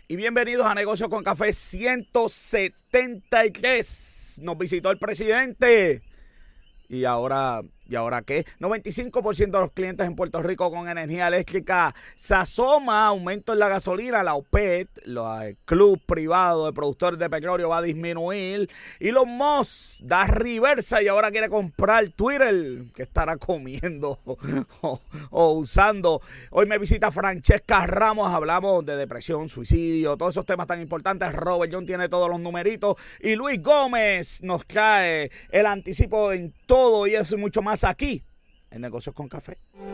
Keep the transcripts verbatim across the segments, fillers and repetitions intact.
Y bienvenidos a Negocios con Café ciento setenta y tres. Nos visitó el presidente. Y ahora, ¿y ahora qué? noventa y cinco por ciento de los clientes en Puerto Rico con energía eléctrica se asoma aumento en la gasolina. La O P E D, el Club Privado de Productores de Petróleo, va a disminuir. Elon Musk da reversa y ahora quiere comprar Twitter. ¿Qué estará comiendo o, o usando? Hoy me visita Francesca Ramos. Hablamos de depresión, suicidio, todos esos temas tan importantes. Robert John tiene todos los numeritos. Y Luis Gómez nos trae el anticipo en todo y eso y mucho más aquí en Negocios con Café.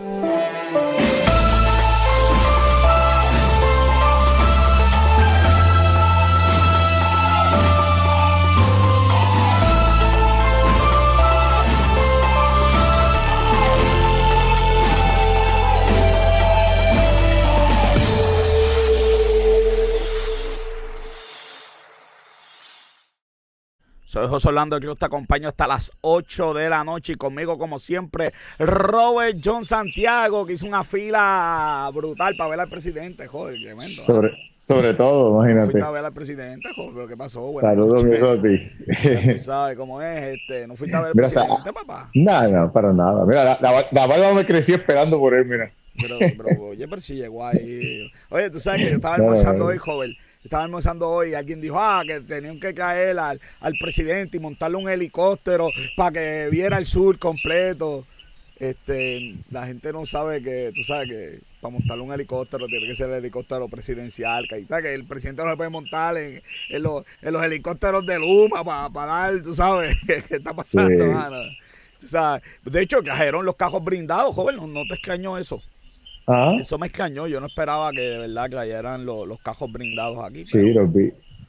Soy José Orlando, que te acompaño hasta las ocho de la noche y conmigo, como siempre, Robert John Santiago, que hizo una fila brutal para ver al presidente, joder, tremendo. Sobre, ¿eh? sobre todo, imagínate. No fuiste a ver al presidente, joder, pero ¿qué pasó? Saludos, mi Roti. Tú sabes cómo es, este, no fuiste a ver al mira, presidente, está, papá. No, no, para nada. Mira, la, la, la barba me creció esperando por él, mira. Pero, pero, oye, pero si llegó ahí. Oye, tú sabes que yo estaba almorzando no, no, no. hoy, joven. Estaba almorzando hoy y alguien dijo, ah, que tenían que caer al, al presidente y montarle un helicóptero para que viera el sur completo. Este, la gente no sabe que, tú sabes que para montarle un helicóptero tiene que ser el helicóptero presidencial. Que, ¿sabes? Que el presidente no se puede montar en, en, los, en los helicópteros de Luma para pa dar, tú sabes, qué está pasando, sí. mano. Tú sabes, de hecho, trajeron los cajos blindados, joven, no, no te extrañó eso. ¿Ah? Eso me extrañó, yo no esperaba que de verdad trajeran los, los cajos blindados aquí. Sí, los vi.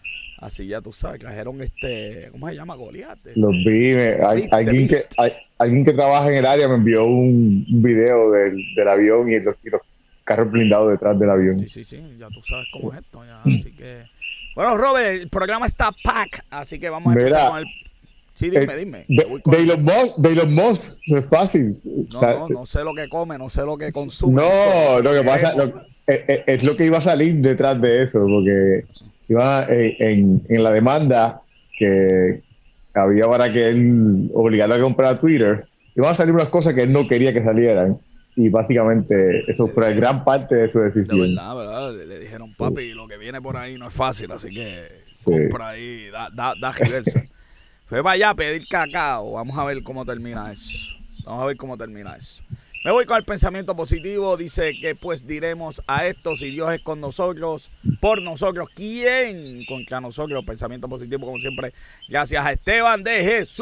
Así ya tú sabes, trajeron este, ¿cómo se llama? Goliath. Los vi, me, hay, viste, alguien, que, hay, alguien que trabaja en el área me envió un, un video del, del avión y los, y los carros blindados detrás del avión. Sí, sí, sí, ya tú sabes cómo es esto, ya, así que... Bueno, Robert, el programa está pack, así que vamos a Mira, empezar con el... Sí, dime, eh, dime. De, de Elon Musk, de Elon Musk, es fácil. No, o sea, no, no sé lo que come, no sé lo que consume. No, lo que pasa lo, es, es lo que iba a salir detrás de eso, porque iba en, en, en la demanda que había para que él obligara a comprar a Twitter, iban a salir unas cosas que él no quería que salieran. Y básicamente eso fue gran parte de su decisión. De verdad, ¿verdad? Le, le dijeron, papi, sí. lo que viene por ahí no es fácil, así que sí. compra ahí, da, da, da reversa. Fue para allá a pedir cacao. Vamos a ver cómo termina eso. Vamos a ver cómo termina eso. Me voy con el pensamiento positivo. Dice que pues diremos a esto, si Dios es con nosotros, por nosotros, ¿quién contra nosotros? Pensamiento positivo, como siempre. Gracias a Esteban de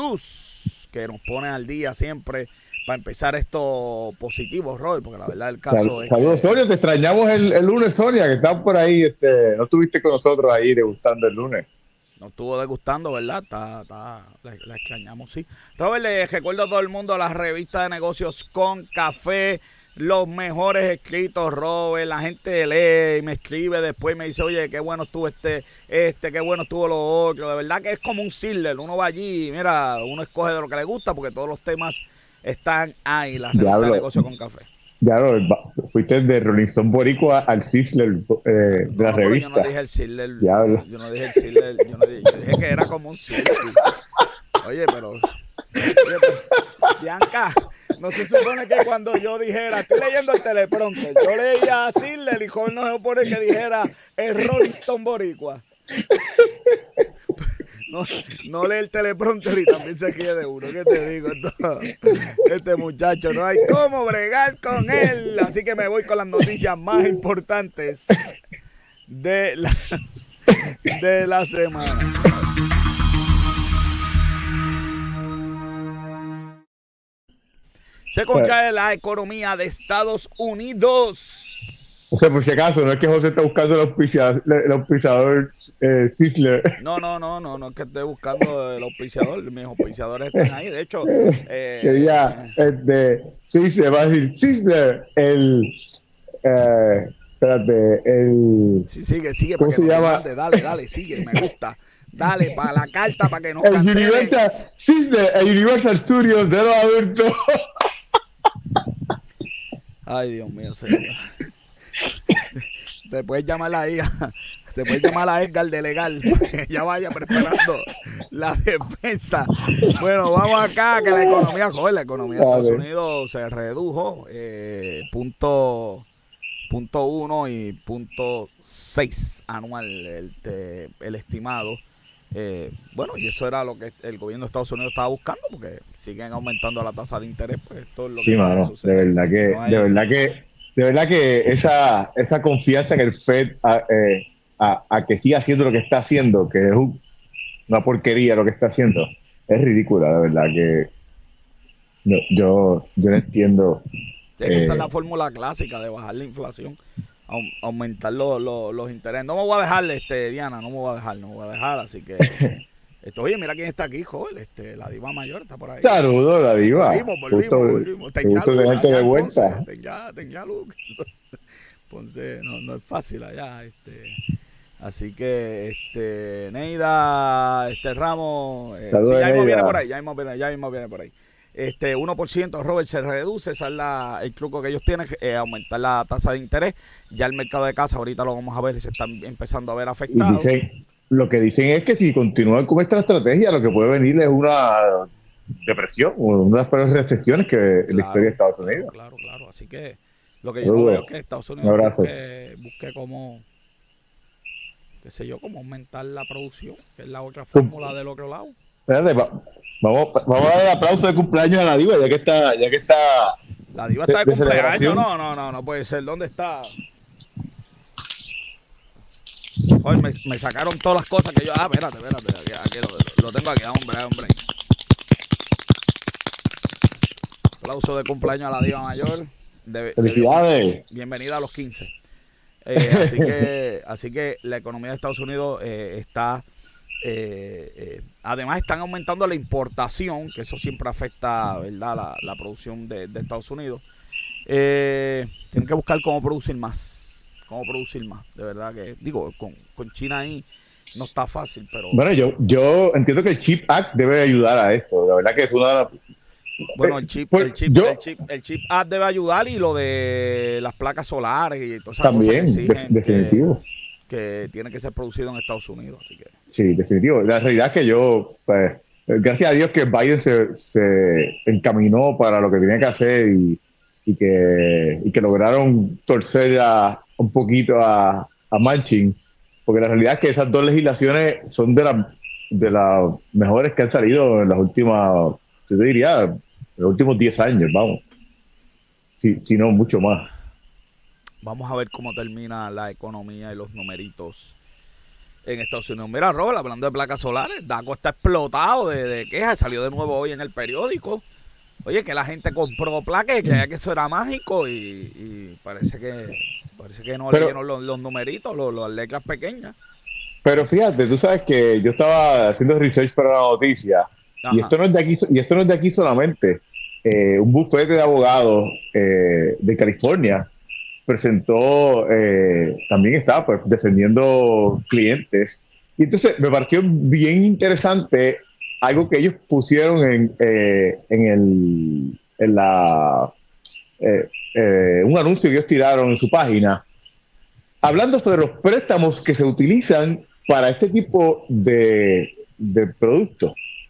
Jesús, que nos pone al día siempre para empezar esto positivo, Roy, porque la verdad el caso Sal, es Saludos, que... Sonia, te extrañamos el, el lunes, Sonia, que estás por ahí. Este, no estuviste con nosotros ahí degustando el lunes. Nos estuvo degustando, ¿verdad? Está, está, la, la extrañamos, sí. Robert, le recuerdo a todo el mundo las revistas de negocios con café, los mejores escritos, Robert. La gente lee y me escribe después y me dice, oye, qué bueno estuvo este, este, qué bueno estuvo lo otro. De verdad que es como un Sidler. Uno va allí, mira, uno escoge de lo que le gusta porque todos los temas están ahí, las revistas de negocios con café. Ya, no, fuiste de Rolling Stone Boricua al Sidler eh, de no, la revista. Yo no dije el Sidler. Yo, yo no dije el Sidler. Yo, no dije, yo dije que era como un Sidler. Oye, pero, oye, pero... Bianca, no se supone que cuando yo dijera, estoy leyendo el teleprompter, yo leía a Sidler y joven no se supone que dijera el Rolling Stone Boricua. No, no lee el teleprompter y también se ríe de uno. ¿Qué te digo? Esto, este muchacho, no hay cómo bregar con él. Así que me voy con las noticias más importantes de la, de la semana. Se contrae la economía de Estados Unidos. O sea, por si acaso, no es que José está buscando el auspiciador, el auspiciador eh, Sidler. No, no, no, no, no es que esté buscando el auspiciador. Mis auspiciadores están ahí. De hecho, eh, quería, este, sí, se va a decir Sidler, el, eh, espérate, el... Sí, sigue, sigue. ¿Cómo para se que llama? Mande, dale, dale, sigue, me gusta. Dale, para la carta, para que nos cancelen. Universal, Sidler, el Universal Studios de los adultos. Ay, Dios mío, señor. Te puedes llamar a la hija. te puedes llamar a Edgar de legal, que ya vaya preparando la defensa. Bueno, vamos acá, que la economía, joder, la economía de Estados Unidos se redujo, eh, punto, punto uno y punto seis anual el, te, el estimado. Eh, bueno, y eso era lo que el gobierno de Estados Unidos estaba buscando, porque siguen aumentando la tasa de interés, pues esto es lo sí, que mano, de verdad que, no hay... de verdad que, de verdad que esa, esa confianza en el Fed a, eh, a, a que siga haciendo lo que está haciendo, que es un, una porquería lo que está haciendo, es ridícula, de verdad que no, yo, yo no entiendo. Tiene que usar eh, la fórmula clásica de bajar la inflación, aumentar los, los, los intereses. No me voy a dejar, este, Diana, no me voy a dejar, no me voy a dejar, así que... Esto, oye, mira quién está aquí, joder, este, la diva mayor está por ahí. Saludos, la diva. Volvimos, volvimos, Justo, volvimos. Ten ya, de gente de vuelta. Ten ya, ten ya, Luke. Entonces, no, no es fácil allá, este... Así que, este, Neida, este Ramos, eh, sí, ya mismo viene por ahí, ya mismo viene, ya mismo viene por ahí. Este, uno por ciento, Robert, se reduce, ese es la, el truco que ellos tienen, eh, aumentar la tasa de interés. Ya el mercado de casa, ahorita lo vamos a ver, se están empezando a ver afectados. Y dicen, lo que dicen es que si continúan con esta estrategia, lo que puede venir es una depresión, una de las peores recesiones que claro, en la historia de Estados Unidos. Claro, claro, así que lo que yo no veo es que Estados Unidos busque, busque como, qué sé yo, como aumentar la producción, que es la otra fórmula del otro lado. Espérate, va, vamos, vamos a dar aplauso de cumpleaños a la diva, ya que está, ya que está. La diva está de, de cumpleaños, no, no, no, no puede ser. ¿Dónde está? Oye, me, me sacaron todas las cosas que yo. Ah, espérate, espérate, aquí, aquí lo, lo tengo aquí, hombre, hombre. Aplauso de cumpleaños a la diva mayor. De, Felicidades. De, bienvenida a los quince. Eh, así que, así que la economía de Estados Unidos eh, está. Eh, eh, además están aumentando la importación, que eso siempre afecta, ¿verdad?, la, la producción de, de Estados Unidos. Eh, tienen que buscar cómo producir más, cómo producir más, de verdad que, digo, con, con China ahí no está fácil, pero... Bueno, yo, yo entiendo que el Chip Act debe ayudar a esto, la verdad que es una de las... Bueno, el chip, el chip, yo, el chip, el chip Act debe ayudar, y lo de las placas solares y todas esas también, cosas que exigen, de, definitivo. Que, que tiene que ser producido en Estados Unidos, así que... Sí, definitivo. La realidad es que yo, pues, gracias a Dios que Biden se, se encaminó para lo que tenía que hacer y, y, que, y que lograron torcer a, un poquito a, a Manchin, porque la realidad es que esas dos legislaciones son de, la, de las mejores que han salido en las últimas, yo te diría, en los últimos diez años, vamos. Si, si no, mucho más. Vamos a ver cómo termina la economía y los numeritos en Estados Unidos. Mira, Robert, hablando de placas solares, Daco está explotado de, de quejas, salió de nuevo hoy en el periódico. Oye, que la gente compró placas, que ya que eso era mágico, y, y parece que parece que no pero, leyeron los, los numeritos, los, las letras pequeñas. Pero fíjate, tú sabes que yo estaba haciendo research para la noticia, y esto no es de aquí, y esto no es de aquí solamente. Eh, un bufete de abogados eh, de California presentó, eh, también está pues defendiendo clientes, y entonces me pareció bien interesante algo que ellos pusieron en, eh, en el en la eh, eh, un anuncio que ellos tiraron en su página hablando sobre los préstamos que se utilizan para este tipo de, de productos.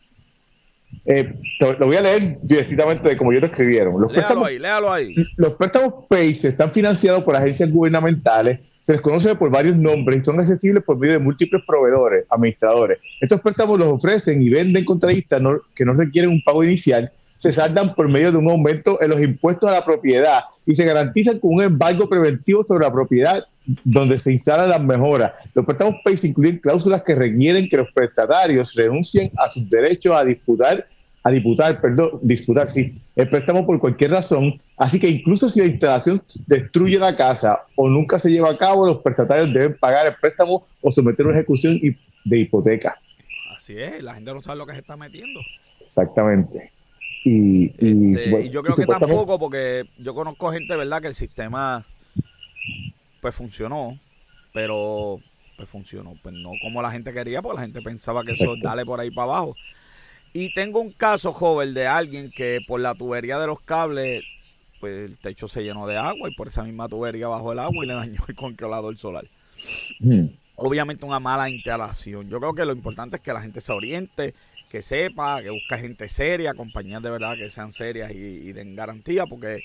Eh, lo voy a leer directamente de como ellos lo escribieron. Los léalo préstamos, ahí, léalo ahí. Los préstamos PACE están financiados por agencias gubernamentales, se les conoce por varios nombres y son accesibles por medio de múltiples proveedores, administradores. Estos préstamos los ofrecen y venden contratistas no, que no requieren un pago inicial, se saldan por medio de un aumento en los impuestos a la propiedad y se garantizan con un embargo preventivo sobre la propiedad donde se instalan las mejoras. Los préstamos PACE incluyen cláusulas que requieren que los prestatarios renuncien a sus derechos a disputar, a disputar, perdón, disputar, sí, el préstamo por cualquier razón, así que incluso si la instalación destruye la casa o nunca se lleva a cabo, los prestatarios deben pagar el préstamo o someter una ejecución de hipoteca. Así es, la gente no sabe lo que se está metiendo. Exactamente. Y, y, este, bueno, y yo creo que tampoco, porque yo conozco gente, ¿verdad?, que el sistema pues funcionó, pero pues funcionó, pues no como la gente quería, porque la gente pensaba que eso dale por ahí para abajo. Y tengo un caso, joven, de alguien que por la tubería de los cables, pues el techo se llenó de agua y por esa misma tubería bajó el agua y le dañó el controlador solar. Hmm. obviamente una mala instalación. Yo creo que lo importante es que la gente se oriente, que sepa, que busque gente seria, compañías de verdad que sean serias y, y den garantía, porque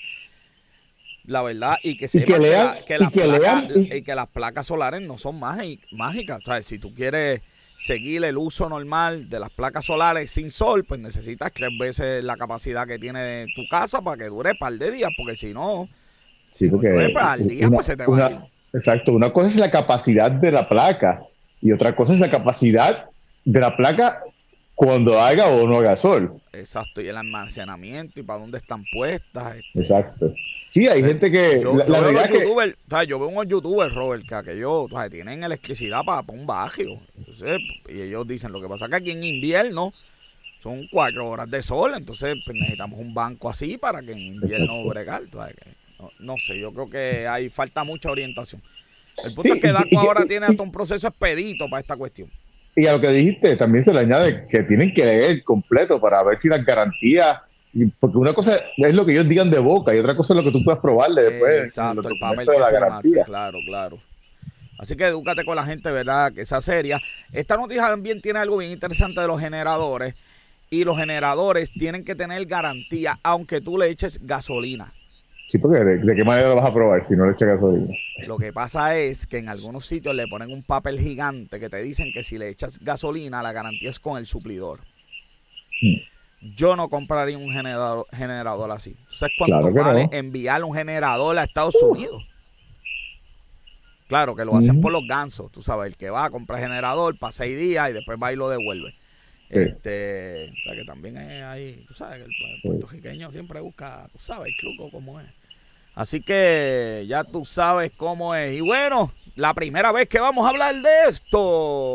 la verdad, y que sepa y que, lean, que, la, que, las y que, placas, lean, y... y que las placas solares no son mágicas. O sea, si tú quieres seguir el uso normal de las placas solares sin sol, pues necesitas tres veces la capacidad que tiene tu casa para que dure un par de días, porque si no, sí, si porque no llueve, pues al día una, pues se te una, va a ir. Exacto, una cosa es la capacidad de la placa y otra cosa es la capacidad de la placa cuando haga o no haga sol. Exacto, y el almacenamiento y para dónde están puestas. Este. Exacto. Sí, hay Entonces, gente que... Yo, la, yo la veo los que... youtubers, o sea, yo veo unos youtubers, Robert, que aquellos, o sea, tienen electricidad para, para un barrio. Entonces, y ellos dicen, lo que pasa es que aquí en invierno son cuatro horas de sol, entonces pues, necesitamos un banco así para que en invierno Exacto. bregar. Entonces, no, no sé, yo creo que hay falta mucha orientación. El punto sí, es que DACO ahora y, tiene hasta un proceso expedito para esta cuestión. Y a lo que dijiste, también se le añade que tienen que leer completo para ver si las garantías, porque una cosa es lo que ellos digan de boca y otra cosa es lo que tú puedas probarle después. Exacto, el papel que firmaste, claro, claro. Así que edúcate con la gente, ¿verdad? Que sea seria. Esta noticia también tiene algo bien interesante de los generadores, y los generadores tienen que tener garantía aunque tú le eches gasolina. Sí, porque ¿de, de qué manera lo vas a probar si no le echas gasolina? Lo que pasa es que en algunos sitios le ponen un papel gigante que te dicen que si le echas gasolina, la garantía es con el suplidor. Hmm. Yo no compraría un generador, generador así. ¿Sabes cuánto claro vale no. enviar un generador a Estados Unidos? Claro que lo hacen uh-huh. por los gansos, tú sabes, el que va a comprar generador para seis días y después va y lo devuelve. Sí. Este, o sea que también es ahí, tú sabes, el, el puertorriqueño siempre busca, tú sabes, el truco como es. Así que ya tú sabes cómo es. Y bueno, la primera vez que vamos a hablar de esto.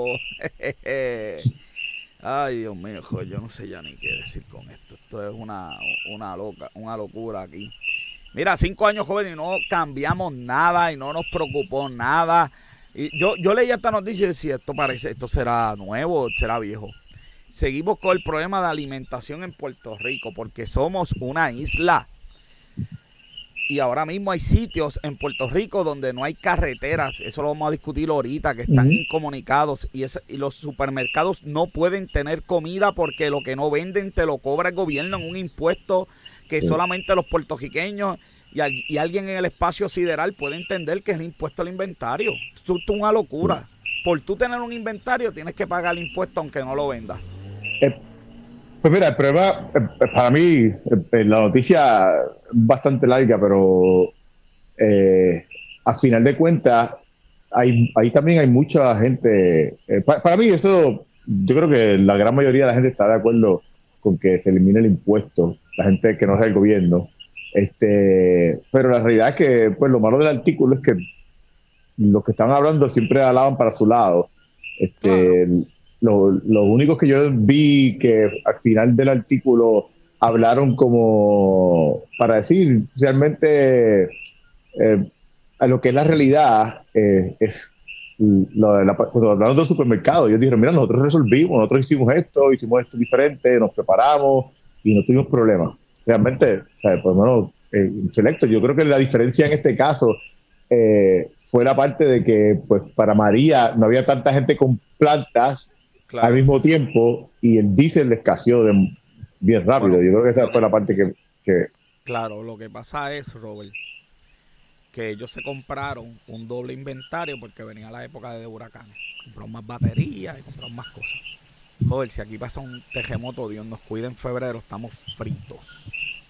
Ay, Dios mío, joder, yo no sé ya ni qué decir con esto. Esto es una, una loca, una locura aquí. Mira, cinco años, joven, y no cambiamos nada y no nos preocupó nada. Y yo, yo leí esta noticia y decía, esto parece, esto será nuevo, será viejo. Seguimos con el problema de alimentación en Puerto Rico porque somos una isla. Y ahora mismo hay sitios en Puerto Rico donde no hay carreteras, eso lo vamos a discutir ahorita, que están uh-huh. incomunicados y, es, y los supermercados no pueden tener comida porque lo que no venden te lo cobra el gobierno en un impuesto que sí. solamente los puertorriqueños y, y alguien en el espacio sideral puede entender que es el impuesto al inventario. Esto es una locura. Sí. Por tú tener un inventario tienes que pagar el impuesto aunque no lo vendas. Eh. Pues mira, el problema, para mí, la noticia es bastante larga, pero eh, a final de cuentas, hay, ahí también hay mucha gente. Eh, para, para mí, eso, yo creo que la gran mayoría de la gente está de acuerdo con que se elimine el impuesto, la gente que no es del gobierno. Este, pero la realidad es que, pues, lo malo del artículo es que los que están hablando siempre hablaban para su lado. Este. Claro. Los lo únicos que yo vi que al final del artículo hablaron como para decir realmente eh, a lo que es la realidad eh, es lo de la, cuando hablaron del supermercado. Ellos dijeron, mira, nosotros resolvimos, nosotros hicimos esto, hicimos esto diferente, nos preparamos y no tuvimos problemas. Realmente, o sea, por lo menos eh, selecto, yo creo que la diferencia en este caso eh, fue la parte de que pues para María no había tanta gente con plantas. Claro. Al mismo tiempo, y el diésel escaseó de, bien rápido. Bueno, yo creo que esa fue la parte que, que... Claro, lo que pasa es, Robert, que ellos se compraron un doble inventario porque venía la época de huracanes. Compraron más baterías y compraron más cosas. Joder, si aquí pasa un terremoto, Dios nos cuida en febrero, estamos fritos.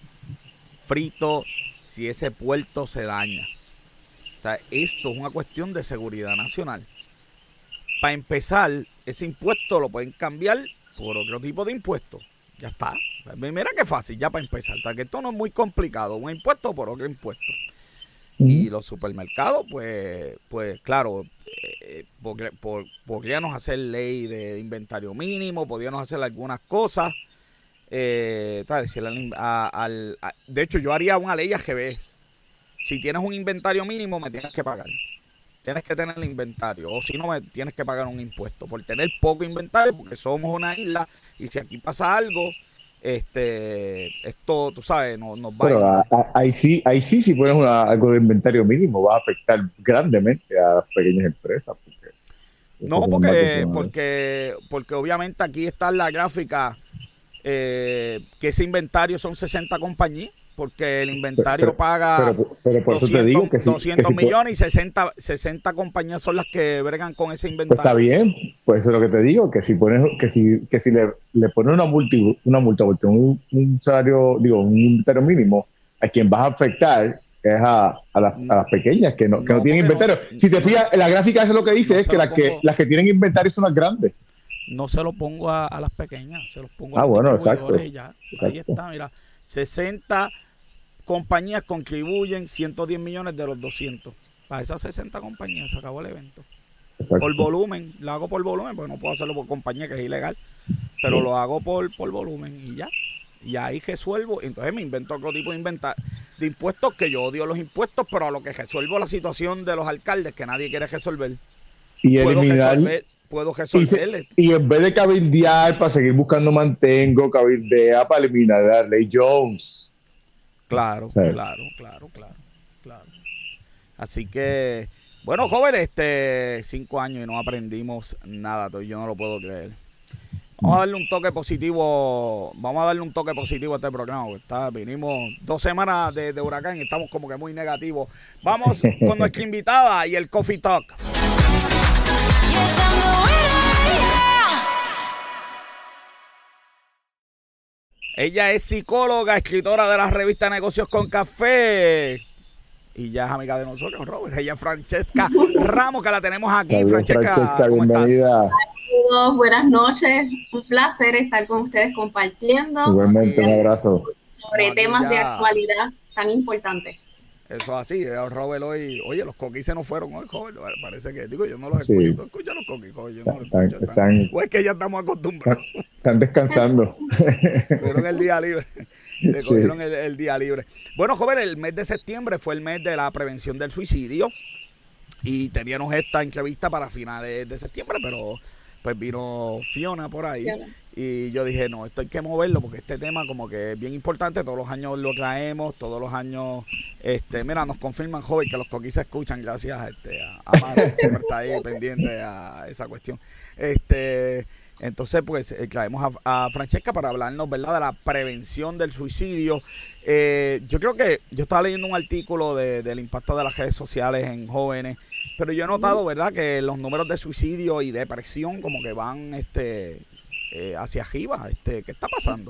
Fritos si ese puerto se daña. O sea, esto es una cuestión de seguridad nacional. Para empezar, ese impuesto lo pueden cambiar por otro tipo de impuesto. Ya está. Mira qué fácil, ya para empezar. Que esto no es muy complicado. Un impuesto por otro impuesto. Mm. Y los supermercados, pues, pues claro, eh, podríamos hacer ley de inventario mínimo, podríamos hacer algunas cosas. Eh, decirle a, a, a, de hecho, yo haría una ley A G B. Si tienes un inventario mínimo, me tienes que pagar. Tienes que tener el inventario, o si no, me tienes que pagar un impuesto por tener poco inventario, porque somos una isla y si aquí pasa algo, este, esto, tú sabes, no, nos va Pero a, a, ahí sí, ahí sí, si pones una, algo de inventario mínimo, va a afectar grandemente a las pequeñas empresas. Porque... No, porque, porque, porque obviamente aquí está la gráfica eh, que ese inventario son sesenta compañías, porque el inventario pero, paga pero, pero por doscientos, eso te digo que si, doscientos que si millones y sesenta, sesenta compañías son las que bregan con ese inventario. Pues está bien, pues eso es lo que te digo, que si pones, que si, que si le, le pones una multa, una multa, un, un salario, digo, un inventario mínimo, a quien vas a afectar es a, a, las, a las pequeñas que no, que no, no tienen inventario. No, si te no, fijas, la gráfica eso es lo que dice, no es que las, pongo, que las que tienen inventario son las grandes. No se lo pongo a, a las pequeñas, se los pongo a ah, los bueno, distribuidores exacto, y ya. Exacto. Ahí está, mira, sesenta compañías contribuyen ciento diez millones de los doscientos. Para esas sesenta compañías se acabó el evento. Exacto. Por volumen, lo hago por volumen, porque no puedo hacerlo por compañía, que es ilegal, pero sí. Lo hago por, por volumen y ya. Y ahí resuelvo, entonces me invento otro tipo de, inventar, de impuestos, que yo odio los impuestos, pero a lo que resuelvo la situación de los alcaldes que nadie quiere resolver. Y puedo eliminar, resolver, puedo resolverle. Y, y en vez de cabildear para seguir buscando mantengo, cabildea para eliminar a Ley Jones. Claro, sí. claro, claro, claro, claro. Así que, bueno, jóvenes, este, cinco años y no aprendimos nada, yo no lo puedo creer. Vamos a darle un toque positivo, vamos a darle un toque positivo a este programa. Está, vinimos dos semanas de, de huracán y estamos como que muy negativos. Vamos con nuestra invitada y el Coffee Talk. Ella es psicóloga, escritora de la revista Negocios con Café. Y ya es amiga de nosotros, Robert. Ella es Francesca Ramos, que la tenemos aquí. Adiós, Francesca, Francesca, ¿cómo bienvenida. estás? Saludos, buenas noches. Un placer estar con ustedes compartiendo. Igualmente, un abrazo. Sobre Aquí temas ya. de actualidad tan importantes. Eso es así, Robert hoy, oye, los coquis se nos fueron hoy, joven, parece que, digo, yo no los Sí. escucho, ¿tú escuchas los coquis, joven? Yo no los Están, escucho, están, están, o es que ya estamos acostumbrados. Están descansando. Cogieron el día libre, se sí. cogieron el, el día libre. Bueno, joven, el mes de septiembre fue el mes de la prevención del suicidio y teníamos esta entrevista para finales de septiembre, pero pues vino Fiona por ahí. Fiona. Y yo dije, no, esto hay que moverlo porque este tema como que es bien importante, todos los años lo traemos, todos los años, este, mira, nos confirman, joven, que los coquis se escuchan gracias este, a, a Mara, que siempre está ahí pendiente a esa cuestión. Este, entonces, pues, eh, traemos a, a Francesca para hablarnos, ¿verdad?, de la prevención del suicidio. Eh, yo creo que, yo estaba leyendo un artículo de, del impacto de las redes sociales en jóvenes, pero yo he notado, ¿verdad?, que los números de suicidio y depresión como que van, este... Eh, hacia arriba, este, ¿qué está pasando?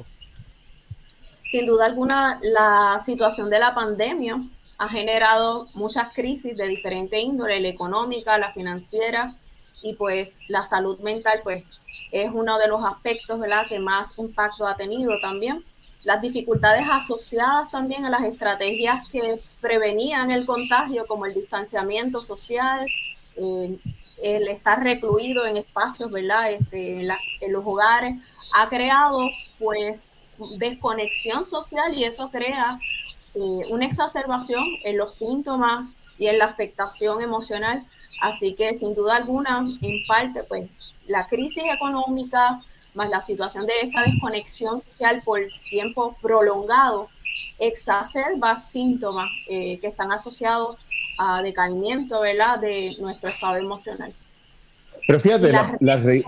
Sin duda alguna, la situación de la pandemia ha generado muchas crisis de diferente índole, la económica, la financiera, y pues la salud mental pues es uno de los aspectos, ¿verdad?, que más impacto ha tenido también. Las dificultades asociadas también a las estrategias que prevenían el contagio, como el distanciamiento social, eh, el estar recluido en espacios, ¿verdad?, este, en, la, en los hogares, ha creado pues desconexión social y eso crea eh, una exacerbación en los síntomas y en la afectación emocional. Así que sin duda alguna, en parte, pues la crisis económica más la situación de esta desconexión social por tiempo prolongado exacerba síntomas eh, que están asociados a decaimiento, ¿verdad?, de nuestro estado emocional. Pero fíjate, la, la, la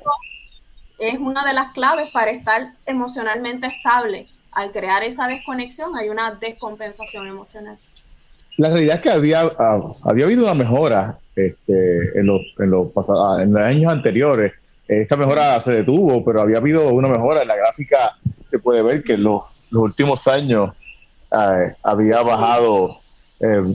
es una de las claves para estar emocionalmente estable. Al crear esa desconexión hay una descompensación emocional. La realidad es que había, uh, había habido una mejora este, en, los, en, los pasados, en los años anteriores. Esta mejora se detuvo, pero había habido una mejora. En la gráfica se puede ver que en los, los últimos años uh, había bajado eh,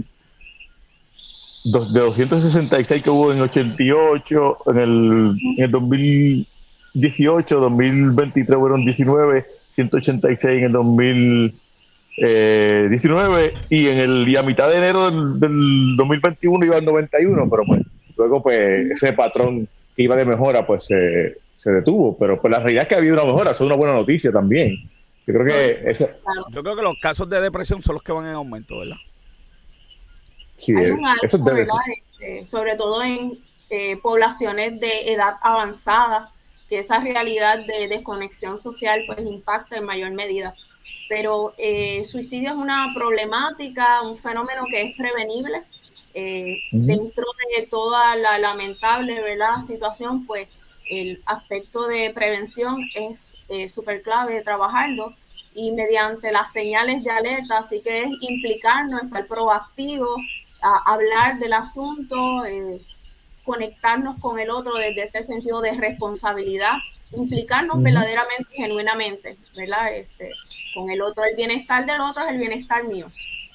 de doscientos sesenta y seis que hubo en ochenta y ocho, en el, en el dos mil dieciocho, dos mil veintitrés fueron diecinueve, ciento ochenta y seis en el dos mil diecinueve y en el y a mitad de enero del, del dos mil veintiuno iban noventa y uno, pero pues luego pues ese patrón que iba de mejora pues se, se detuvo, pero pues la realidad es que ha habido una mejora, eso es una buena noticia también. Yo creo que ese... yo creo que los casos de depresión son los que van en aumento, ¿verdad? Sí, hay un alto, eso debe ¿verdad? Este, sobre todo en eh, poblaciones de edad avanzada, que esa realidad de desconexión social pues impacta en mayor medida. Pero eh, suicidio es una problemática, un fenómeno que es prevenible. Eh, uh-huh. Dentro de toda la lamentable, ¿verdad?, situación, pues el aspecto de prevención es eh, súper clave de trabajarlo, y mediante las señales de alerta, así que es implicarnos, estar proactivos, a hablar del asunto, eh, conectarnos con el otro desde ese sentido de responsabilidad, implicarnos uh-huh. verdaderamente, genuinamente, ¿verdad? Este, con el otro, el bienestar del otro es el bienestar mío.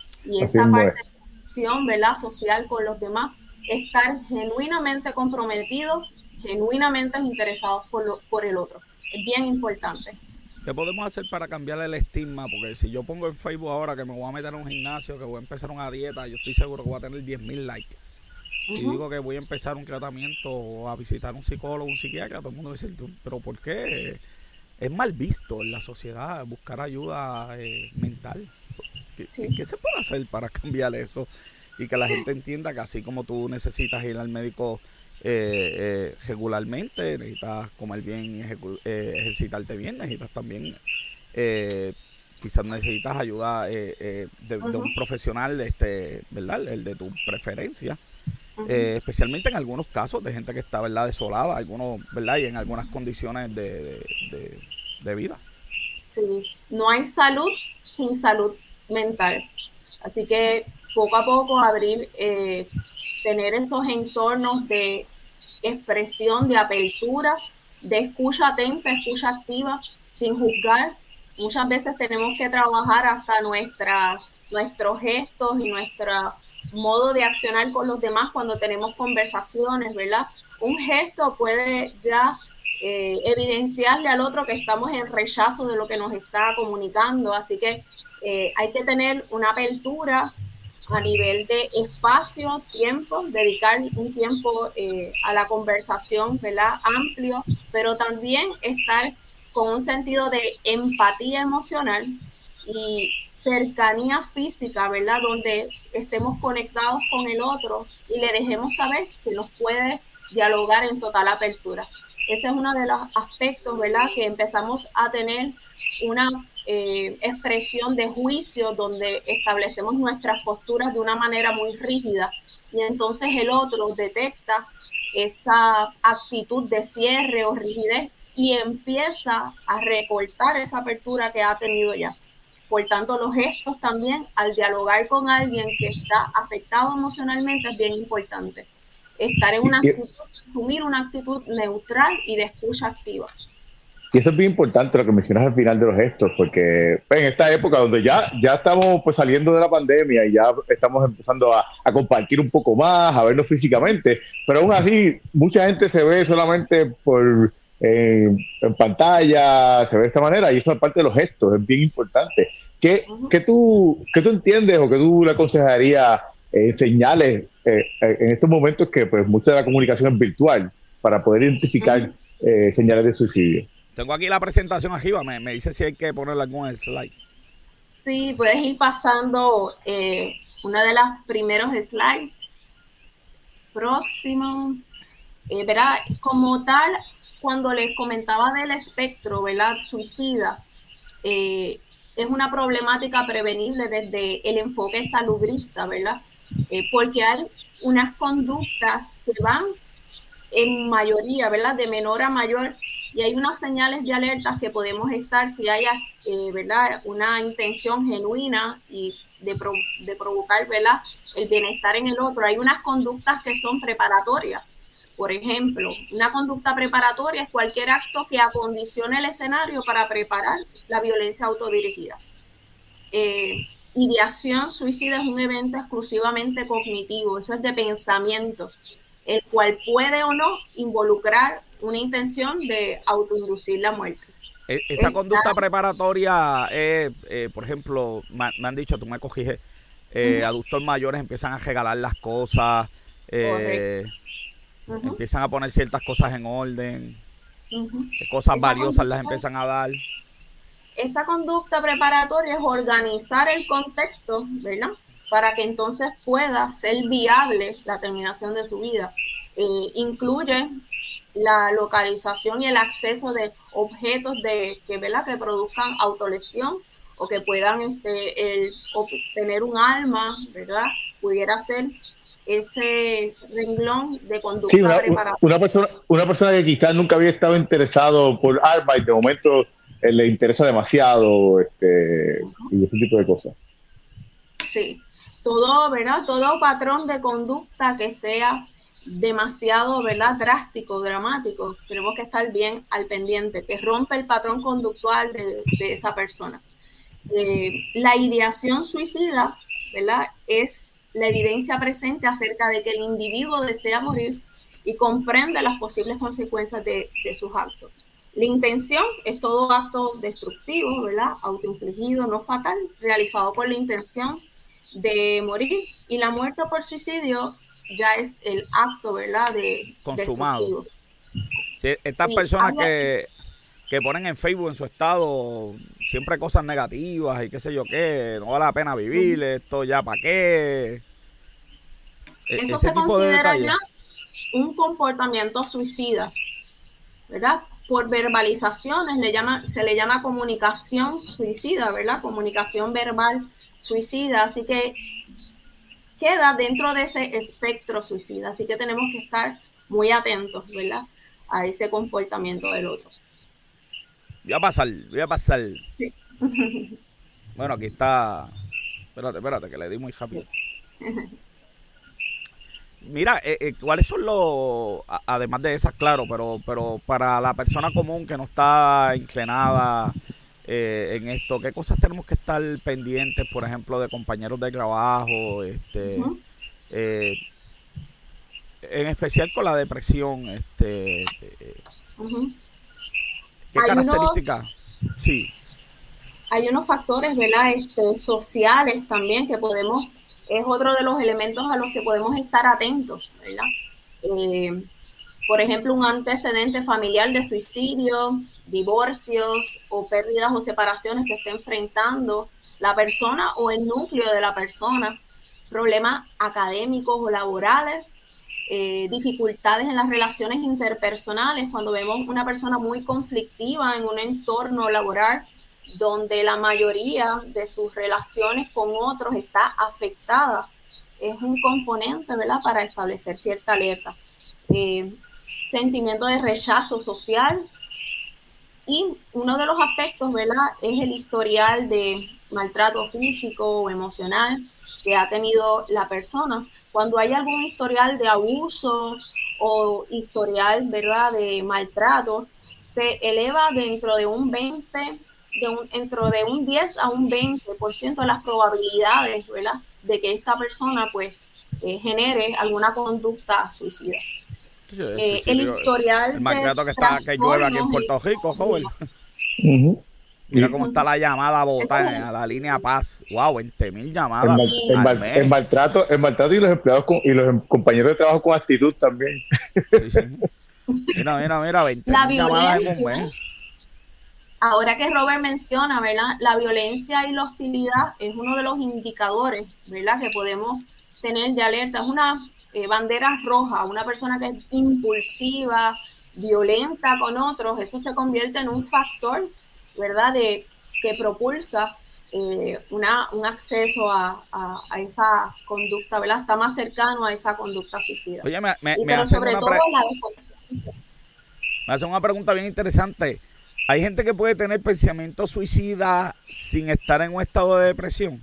Y esa Así parte de acción, ¿verdad?, social con los demás, estar genuinamente comprometidos, genuinamente interesados por, lo, por el otro. Es bien importante. ¿Qué podemos hacer para cambiar el estigma? Porque si yo pongo en Facebook ahora que me voy a meter a un gimnasio, que voy a empezar una dieta, yo estoy seguro que voy a tener diez mil likes. Uh-huh. Si digo que voy a empezar un tratamiento o a visitar un psicólogo, un psiquiatra, todo el mundo va a decir, ¿pero por qué? Es mal visto en la sociedad buscar ayuda eh, mental. ¿Qué, sí. ¿Qué se puede hacer para cambiar eso? Y que la gente entienda que así como tú necesitas ir al médico eh, eh, regularmente, necesitas comer bien, ejecu- eh, ejercitarte bien, necesitas también, eh, quizás necesitas ayuda eh, eh, de, uh-huh. de un profesional, este, ¿verdad? El de tu preferencia. Uh-huh. Eh, especialmente en algunos casos de gente que está, ¿verdad?, desolada, algunos, ¿verdad?, y en algunas condiciones de, de, de, de vida. Sí, no hay salud sin salud mental. Así que poco a poco abrir, eh, tener esos entornos de expresión, de apertura, de escucha atenta, escucha activa, sin juzgar. Muchas veces tenemos que trabajar hasta nuestra, nuestros gestos y nuestro modo de accionar con los demás cuando tenemos conversaciones, ¿verdad? Un gesto puede ya eh, evidenciarle al otro que estamos en rechazo de lo que nos está comunicando, así que eh, hay que tener una apertura a nivel de espacio, tiempo, dedicar un tiempo eh, a la conversación, ¿verdad?, amplio, pero también estar con un sentido de empatía emocional y cercanía física, ¿verdad?, donde estemos conectados con el otro y le dejemos saber que nos puede dialogar en total apertura. Ese es uno de los aspectos, ¿verdad?, que empezamos a tener una eh, expresión de juicio donde establecemos nuestras posturas de una manera muy rígida, y entonces el otro detecta esa actitud de cierre o rigidez y empieza a recortar esa apertura que ha tenido ya. Por tanto, los gestos también, al dialogar con alguien que está afectado emocionalmente, es bien importante. Estar en una actitud, asumir una actitud neutral y de escucha activa. Y eso es bien importante lo que mencionas al final de los gestos, porque en esta época donde ya, ya estamos pues saliendo de la pandemia y ya estamos empezando a, a compartir un poco más, a vernos físicamente, pero aún así mucha gente se ve solamente por eh, en pantalla, se ve de esta manera, y eso es parte de los gestos, es bien importante. ¿Qué, uh-huh. ¿qué, tú, qué tú entiendes o qué tú le aconsejarías eh, señales eh, en estos momentos que pues mucha de la comunicación es virtual para poder identificar uh-huh. eh, señales de suicidio? Tengo aquí la presentación arriba, me, me dice si hay que ponerle algún slide. Sí, puedes ir pasando eh, uno de los primeros slides. Próximo. Eh, ¿verdad? Como tal, cuando les comentaba del espectro, ¿verdad?, suicida, eh, es una problemática prevenible desde el enfoque salubrista, ¿verdad? Eh, porque hay unas conductas que van en mayoría, ¿verdad?, de menor a mayor, y hay unas señales de alertas que podemos estar si haya, eh, ¿verdad?, una intención genuina y de, pro, de provocar, ¿verdad?, el bienestar en el otro. Hay unas conductas que son preparatorias. Por ejemplo, una conducta preparatoria es cualquier acto que acondicione el escenario para preparar la violencia autodirigida. Eh, ideación suicida es un evento exclusivamente cognitivo, eso es de pensamiento, el cual puede o no involucrar una intención de autoinducir la muerte. Esa Está... conducta preparatoria, eh, eh, por ejemplo, me, me han dicho, tú me cogiste, eh, uh-huh. adultos mayores empiezan a regalar las cosas, eh, uh-huh. empiezan a poner ciertas cosas en orden, uh-huh. cosas esa valiosas conducta, las empiezan a dar. Esa conducta preparatoria es organizar el contexto, ¿verdad?, para que entonces pueda ser viable la terminación de su vida. Eh, incluye la localización y el acceso de objetos de, que, ¿verdad?, que produzcan autolesión o que puedan este, el, obtener un arma, ¿verdad?, pudiera ser ese renglón de conducta sí, una, preparada. Una persona, una persona que quizás nunca había estado interesado por armas y de momento eh, le interesa demasiado, este, y ese tipo de cosas. Sí, todo, ¿verdad? Todo patrón de conducta que sea demasiado, ¿verdad? Drástico, dramático, tenemos que estar bien al pendiente, que rompe el patrón conductual de, de esa persona. Eh, la ideación suicida, ¿verdad? Es la evidencia presente acerca de que el individuo desea morir y comprende las posibles consecuencias de, de sus actos. La intención es todo acto destructivo, ¿verdad? Autoinfligido, no fatal, realizado con la intención de morir, y la muerte por suicidio ya es el acto, ¿verdad? De consumado. Sí, estas sí, personas que, que ponen en Facebook, en su estado, siempre cosas negativas y qué sé yo qué, no vale la pena vivir, uh-huh. esto ya para qué. Eso Ese se considera ya un comportamiento suicida, ¿verdad? Por verbalizaciones le llama, se le llama comunicación suicida, ¿verdad? Comunicación verbal suicida, así que queda dentro de ese espectro suicida, así que tenemos que estar muy atentos, ¿verdad? A ese comportamiento del otro. Voy a pasar, voy a pasar. Sí. Bueno, aquí está. Espérate, espérate, que le di muy rápido. Mira, eh, eh, ¿cuáles son los, además de esas, claro, pero, pero para la persona común que no está inclinada eh, en esto, qué cosas tenemos que estar pendientes, por ejemplo, de compañeros de trabajo, este, uh-huh. eh, en especial con la depresión, este, eh, uh-huh. ¿qué hay características? Unos, sí. Hay unos factores, ¿verdad? Este, sociales también que podemos, es otro de los elementos a los que podemos estar atentos, ¿verdad? Eh, por ejemplo, un antecedente familiar de suicidio, divorcios o pérdidas o separaciones que esté enfrentando la persona o el núcleo de la persona, problemas académicos o laborales, eh, dificultades en las relaciones interpersonales, cuando vemos una persona muy conflictiva en un entorno laboral, donde la mayoría de sus relaciones con otros está afectada, es un componente, ¿verdad?, para establecer cierta alerta. Eh, sentimiento de rechazo social, y uno de los aspectos, ¿verdad?, es el historial de maltrato físico o emocional que ha tenido la persona. Cuando hay algún historial de abuso o historial, ¿verdad?, de maltrato, se eleva dentro de un veinte De un, dentro de un diez a un veinte por ciento de las probabilidades, ¿verdad?, de que esta persona pues eh, genere alguna conducta suicida. Sí, eh, el historial el maltrato que está que llueve aquí en Puerto Rico, joven. Uh-huh. Mira cómo está la llamada a votar a la línea Paz. Wow, veinte mil llamadas. El, mal, el, mal, el maltrato, el maltrato y los empleados con, y los compañeros de trabajo con actitud también. Sí, sí. Mira, mira, mira, veinte mil llamadas en un mes. Ahora que Robert menciona, ¿verdad?, la violencia y la hostilidad es uno de los indicadores, ¿verdad?, que podemos tener de alerta. Es una eh, bandera roja, una persona que es impulsiva, violenta con otros, eso se convierte en un factor, ¿verdad?, de, que propulsa eh, una, un acceso a, a, a esa conducta, ¿verdad?, está más cercano a esa conducta suicida. Oye, me, me, y, me pero hacen sobre una todo pre- la me hacen una pregunta bien interesante. ¿Hay gente que puede tener pensamiento suicida sin estar en un estado de depresión?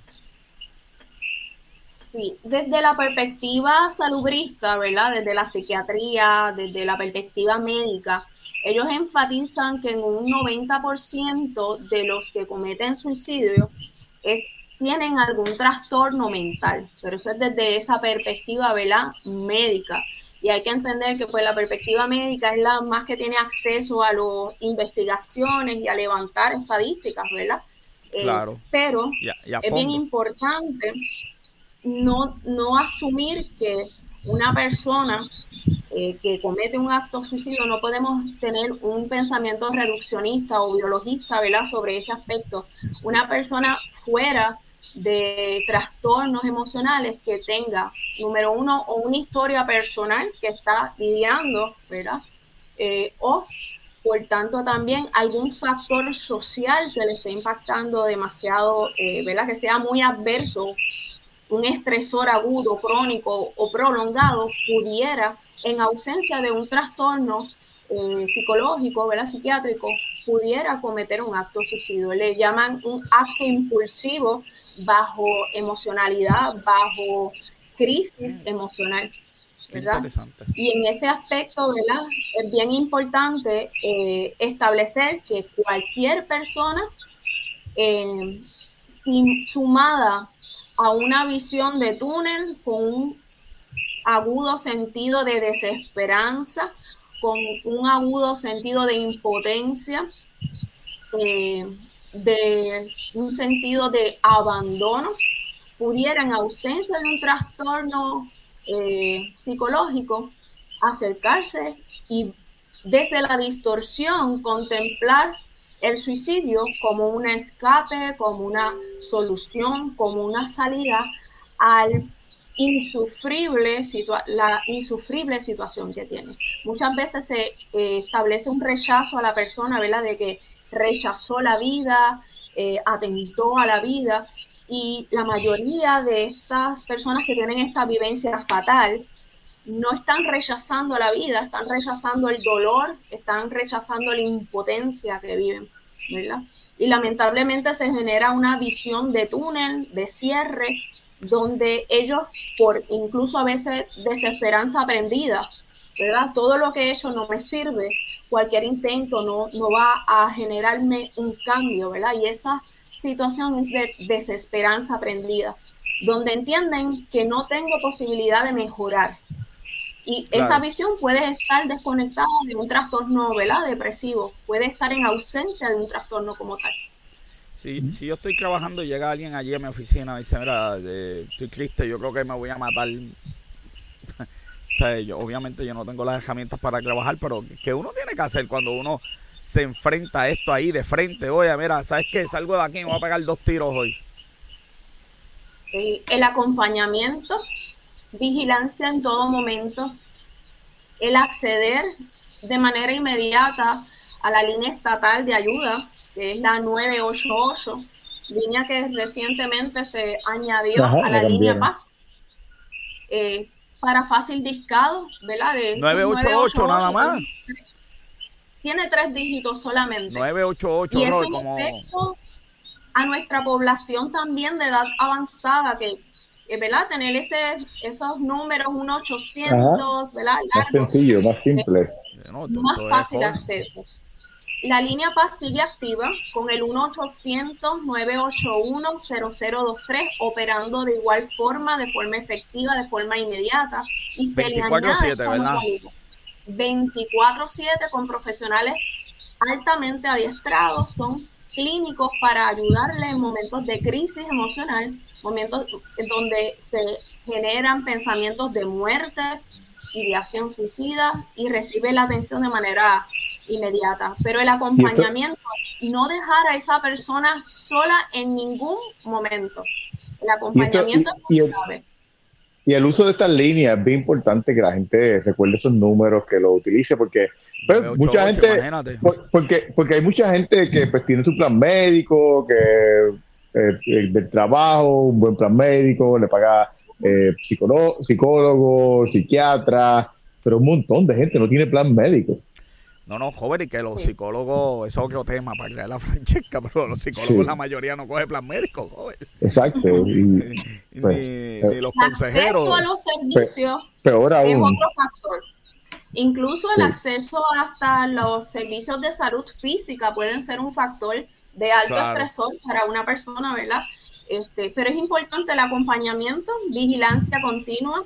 Sí, desde la perspectiva salubrista, ¿verdad?, desde la psiquiatría, desde la perspectiva médica, ellos enfatizan que en un noventa por ciento de los que cometen suicidio es, tienen algún trastorno mental, pero eso es desde esa perspectiva, ¿verdad?, médica. Y hay que entender que pues la perspectiva médica es la más que tiene acceso a las investigaciones y a levantar estadísticas, ¿verdad? Claro. Eh, pero y a, y a es bien importante no, no asumir que una persona eh, que comete un acto suicidio, no podemos tener un pensamiento reduccionista o biologista, ¿verdad?, sobre ese aspecto. Una persona fuera de trastornos emocionales que tenga, número uno, o una historia personal que está lidiando, ¿verdad? Eh, o, por tanto, también algún factor social que le esté impactando demasiado, eh, ¿verdad?, que sea muy adverso un estresor agudo, crónico o prolongado, pudiera, en ausencia de un trastorno eh, psicológico, ¿verdad? Psiquiátrico, pudiera cometer un acto suicidio. Le llaman un acto impulsivo bajo emocionalidad, bajo crisis emocional, ¿verdad? Y en ese aspecto, ¿verdad? Es bien importante eh, establecer que cualquier persona eh, sumada a una visión de túnel con un agudo sentido de desesperanza, con un agudo sentido de impotencia, eh, de un sentido de abandono, pudiera, en ausencia de un trastorno eh, psicológico, acercarse y desde la distorsión contemplar el suicidio como un escape, como una solución, como una salida al insufrible situa la insufrible situación que tiene. Muchas veces se eh, establece un rechazo a la persona, ¿verdad? De que rechazó la vida, eh, atentó a la vida, y la mayoría de estas personas que tienen esta vivencia fatal no están rechazando la vida, están rechazando el dolor, están rechazando la impotencia que viven, ¿verdad? Y lamentablemente se genera una visión de túnel, de cierre, donde ellos, por incluso a veces desesperanza aprendida, ¿verdad? Todo lo que he hecho no me sirve, cualquier intento no, no va a generarme un cambio, ¿verdad? Y esa situación es de desesperanza aprendida, donde entienden que no tengo posibilidad de mejorar. Y claro, esa visión puede estar desconectada de un trastorno, ¿verdad? Depresivo, puede estar en ausencia de un trastorno como tal. Si, si yo estoy trabajando y llega alguien allí a mi oficina y dice, mira, eh, estoy triste, yo creo que me voy a matar. O sea, yo, obviamente yo no tengo las herramientas para trabajar, pero ¿qué uno tiene que hacer cuando uno se enfrenta a esto ahí de frente? Oye, mira, ¿sabes qué? Salgo de aquí y me voy a pegar dos tiros hoy. Sí, el acompañamiento, vigilancia en todo momento, el acceder de manera inmediata a la línea estatal de ayuda, que es la nueve ocho ocho, línea que recientemente se añadió Ajá, a la línea Paz. Eh, para fácil discado, ¿verdad? De nueve ocho ocho nada más. Tiene tres dígitos solamente. nueve ocho ocho, y eso no, como... efecto a nuestra población también de edad avanzada, que, ¿verdad? Tener ese, esos números, un ochocientos, Ajá. ¿verdad? Largo, más sencillo, más simple. Eh, no, más fácil de acceso. La línea Paz sigue activa con el uno ochocientos, nueve ocho uno, cero cero dos tres, operando de igual forma, de forma efectiva, de forma inmediata. Y se veinticuatro siete, ¿verdad? veinticuatro siete con profesionales altamente adiestrados, son clínicos para ayudarle en momentos de crisis emocional, momentos donde se generan pensamientos de muerte, ideación suicida, y recibe la atención de manera inmediata. Pero el acompañamiento, no dejar a esa persona sola en ningún momento. El acompañamiento y esto, y, es muy clave. Y el uso de estas líneas es bien importante, que la gente recuerde esos números, que los utilice, porque pues, nueve ocho ocho, mucha gente, por, porque, porque hay mucha gente que pues, tiene su plan médico, que eh, del trabajo, un buen plan médico, le paga eh, psicólogo, psicólogo, psiquiatra, pero un montón de gente no tiene plan médico. No, no, joven, y que los sí. psicólogos, eso es otro tema para crear la Francesca, pero los psicólogos sí. la mayoría no cogen plan médico, joven. Exacto. Y, ni, pues, ni, ni los consejeros. El acceso a los servicios peor aún. es otro factor. Incluso el sí. acceso hasta los servicios de salud física pueden ser un factor de alto claro. estresor para una persona, ¿verdad? Este, pero es importante el acompañamiento, vigilancia continua,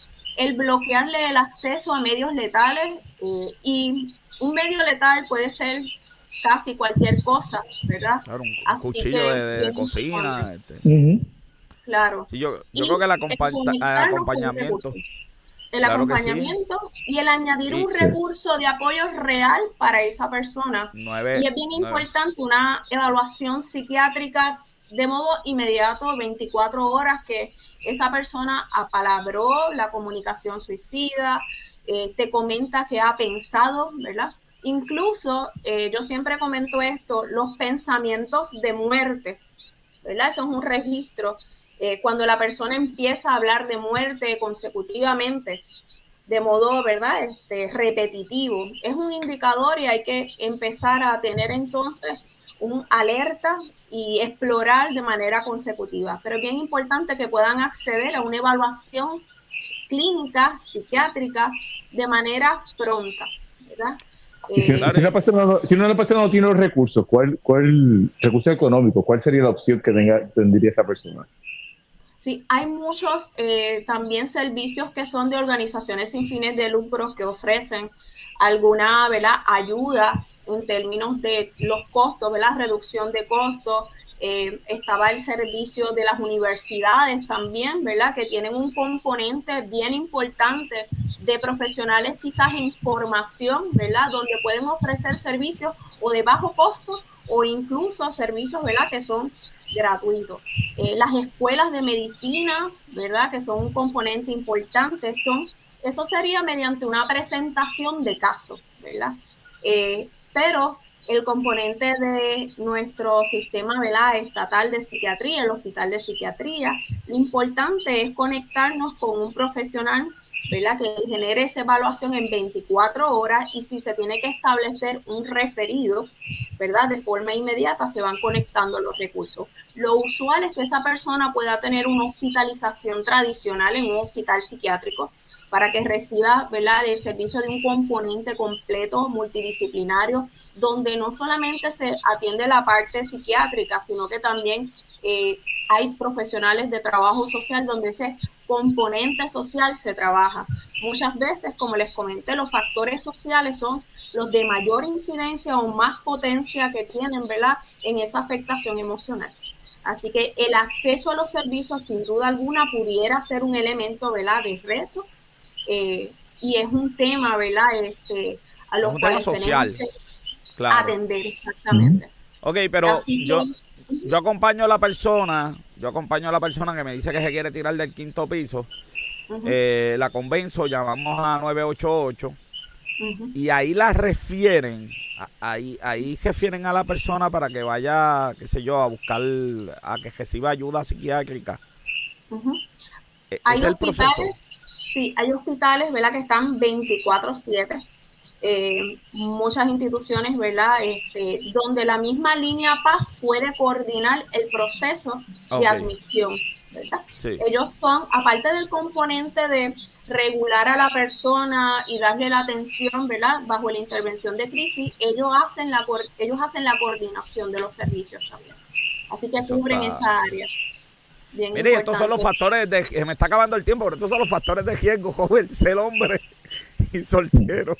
el bloquearle el acceso a medios letales eh, y un medio letal puede ser casi cualquier cosa, ¿verdad? Claro, un Así cuchillo que, de, de cocina. Este. Uh-huh. Claro. Sí, yo yo creo que el, acompa el acompañamiento. El claro acompañamiento sí. y el añadir sí, un recurso sí. de apoyo real para esa persona. Nueve, y es bien nueve. importante una evaluación psiquiátrica de modo inmediato, veinticuatro horas, que esa persona apalabró la comunicación suicida, eh, te comenta que ha pensado, ¿verdad? Incluso, eh, yo siempre comento esto, los pensamientos de muerte ¿verdad? Eso es un registro. Eh, cuando la persona empieza a hablar de muerte consecutivamente, de modo, ¿verdad?, este, repetitivo, es un indicador y hay que empezar a tener entonces un alerta y explorar de manera consecutiva. Pero es bien importante que puedan acceder a una evaluación clínica, psiquiátrica, de manera pronta, ¿verdad? Y si, Eh, si, una persona no, si una persona no tiene los recursos, ¿cuál, cuál recurso económico, cuál sería la opción que tenga, tendría esa persona? Sí, hay muchos eh, también servicios que son de organizaciones sin fines de lucro que ofrecen alguna, ¿verdad?, ayuda en términos de los costos, ¿verdad?, reducción de costos. Eh, estaba el servicio de las universidades también, ¿verdad?, que tienen un componente bien importante de profesionales quizás en formación, ¿verdad?, donde pueden ofrecer servicios o de bajo costo o incluso servicios, ¿verdad?, que son gratuitos. Eh, las escuelas de medicina, ¿verdad?, que son un componente importante, son, eso sería mediante una presentación de casos, ¿verdad? Eh, pero el componente de nuestro sistema, ¿verdad?, estatal de psiquiatría, el hospital de psiquiatría, lo importante es conectarnos con un profesional, ¿verdad?, que genere esa evaluación en veinticuatro horas, y si se tiene que establecer un referido, ¿verdad?, de forma inmediata se van conectando los recursos. Lo usual es que esa persona pueda tener una hospitalización tradicional en un hospital psiquiátrico para que reciba, ¿verdad?, el servicio de un componente completo multidisciplinario, donde no solamente se atiende la parte psiquiátrica, sino que también eh, hay profesionales de trabajo social donde ese componente social se trabaja. Muchas veces, como les comenté, los factores sociales son los de mayor incidencia o más potencia que tienen, ¿verdad?, en esa afectación emocional. Así que el acceso a los servicios, sin duda alguna, pudiera ser un elemento, ¿verdad?, de reto, eh, y es un tema, ¿verdad?, este, a los es un tema cuales social, tenemos que claro. atender, exactamente. Ok, pero Así yo, que, yo acompaño a la persona, yo acompaño a la persona que me dice que se quiere tirar del quinto piso, uh-huh. eh, la convenzo, llamamos a nueve ocho ocho, uh-huh. y ahí la refieren, ahí, ahí refieren a la persona para que vaya, qué sé yo, a buscar, a que reciba ayuda psiquiátrica. Uh-huh. ¿Es hay el hospitales, proceso? Sí, hay hospitales, ¿verdad?, que están veinticuatro siete. Eh, muchas instituciones, ¿verdad?, este, donde la misma línea Paz puede coordinar el proceso de okay. admisión, ¿verdad? Sí. Ellos son, aparte del componente de regular a la persona y darle la atención, ¿verdad?, bajo la intervención de crisis, ellos hacen la, ellos hacen la coordinación de los servicios también. Así que Eso cubren está... esa área. Bien Mire, importante. estos son los factores de... Se me está acabando el tiempo, pero estos son los factores de riesgo, joven, ser hombre y soltero.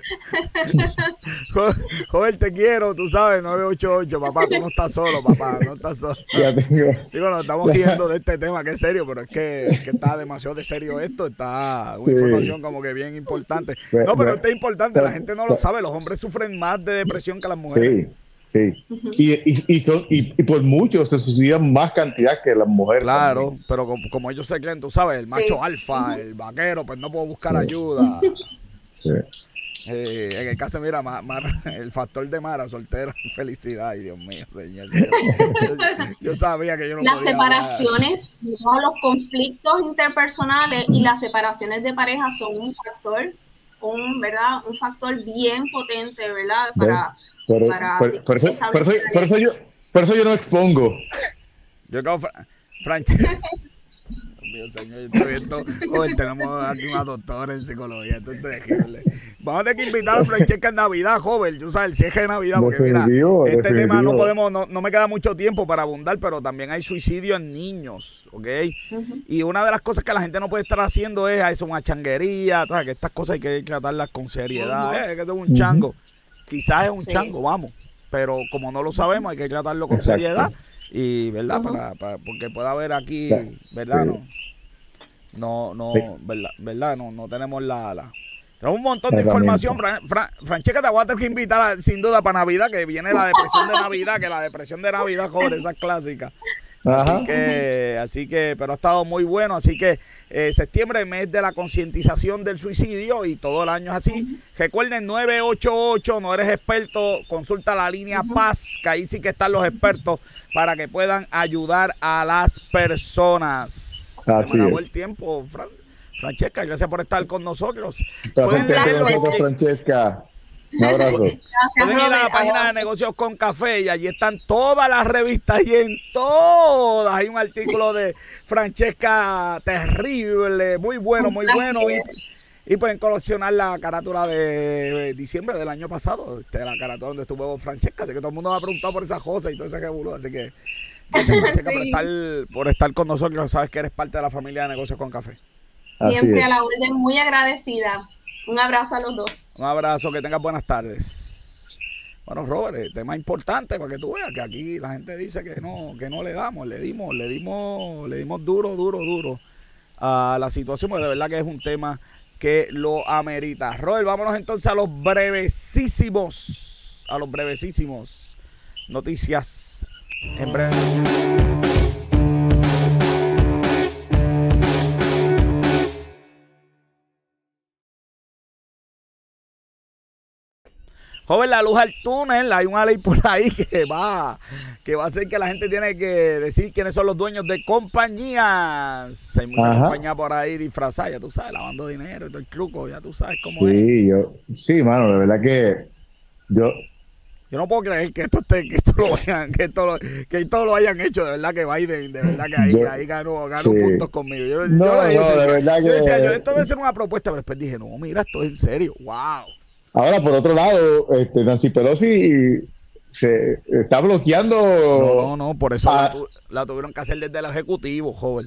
Joven, te quiero, tú sabes, nueve ocho ocho, papá, tú no estás solo, papá, no estás solo. Ya tengo. Digo, nos estamos riendo de este tema, que es serio, pero es que, es que está demasiado de serio esto, está una sí. información como que bien importante. No, pero esto es importante, la gente no lo sabe, los hombres sufren más de depresión que las mujeres. Sí. Sí, uh-huh. y, y, y, son, y, y por mucho se suicidan más cantidad que las mujeres. Claro, también. Pero como, como ellos se creen, tú sabes, el macho sí. alfa, uh-huh. el vaquero, pues no puedo buscar sí. ayuda. Sí. Eh, en el caso, mira, Ma, Ma, el factor de Mara, soltera, felicidad, ay Dios mío, señor. señor. Yo, yo sabía que yo no las podía separaciones, no, los conflictos interpersonales y las separaciones de pareja son un factor, un, ¿verdad? Un factor bien potente, ¿verdad? Para... Por, para por, por, eso, por, eso, por, eso yo, por eso yo no expongo. Yo como Fra- Francesca. Dios mío, señor, estoy viendo, joder, tenemos aquí una doctora en psicología, esto es terrible. Vamos a tener que invitar a Francesca en Navidad, joven, tú sabes, el cierre de Navidad, porque definitivo, mira, este definitivo. tema no podemos, no, no me queda mucho tiempo para abundar, pero también hay suicidio en niños, ¿ok? Uh-huh. Y una de las cosas que la gente no puede estar haciendo es eso, una changuería, ¿sabes? Que estas cosas hay que tratarlas con seriedad, uh-huh. eh, que tengo un chango. Uh-huh. Quizás es un sí. chango, vamos, pero como no lo sabemos hay que tratarlo con Exacto. seriedad y, ¿verdad? Uh-huh. Para, para, porque puede haber aquí, ¿verdad? Sí. No, no, no, sí. ¿verdad? ¿verdad? No, no tenemos la... la... Tenemos un montón de información. Fran, Fran, Francesca, te voy a tener que invitar sin duda para Navidad, que viene la depresión de Navidad, que la depresión de Navidad, joder, esa es clásica. Ajá. Así que, así que, pero ha estado muy bueno. Así que eh, septiembre, mes de la concientización del suicidio y todo el año es así. Uh-huh. Recuerden, nueve ocho ocho, no eres experto, consulta la línea uh-huh. Paz, que ahí sí que están los expertos para que puedan ayudar a las personas. Así Se me acabó el tiempo, Fran. Francesca, gracias por estar con nosotros. Pueden leer con nosotros, Francesca. Un abrazo. Pueden ir a la página de Negocios con Café y allí están todas las revistas y en todas hay un artículo de Francesca terrible, muy bueno, muy bueno. Y, y pueden coleccionar la carátula de diciembre del año pasado, este, la carátula donde estuvo Francesca. Así que todo el mundo me ha preguntado por esa cosa y todo ese revuelo. Así que gracias, Francesca, sí. por, estar, por estar con nosotros. Sabes que eres parte de la familia de Negocios con Café. Siempre a la orden, muy agradecida. Un abrazo a los dos. Un abrazo, que tengas buenas tardes. Bueno, Robert, el tema importante para que tú veas que aquí la gente dice que no, que no le damos, le dimos, le dimos, le dimos duro, duro, duro a la situación, porque de verdad que es un tema que lo amerita. Robert, vámonos entonces a los brevesísimos, a los brevesísimos noticias en breve. Joven, la luz al túnel, hay una ley por ahí que va, que va a hacer que la gente tiene que decir quiénes son los dueños de compañías. Hay muchas compañías por ahí disfrazadas, ya tú sabes, lavando dinero y todo el truco, ya tú sabes cómo sí, es. Yo, sí, mano, de verdad que yo... Yo no puedo creer que esto esté, que esto lo hayan, que esto lo, que esto lo hayan hecho, de verdad que Biden, de verdad que ahí, yo, ahí ganó, ganó sí. puntos conmigo. Yo, no, yo, no, decía, de verdad yo que... decía, yo, esto debe ser una propuesta, pero después dije, no, mira, esto es en serio, wow. Ahora, por otro lado, este, Nancy Pelosi se está bloqueando... No, no, no, por eso a... la, tu, la tuvieron que hacer desde el Ejecutivo, joven.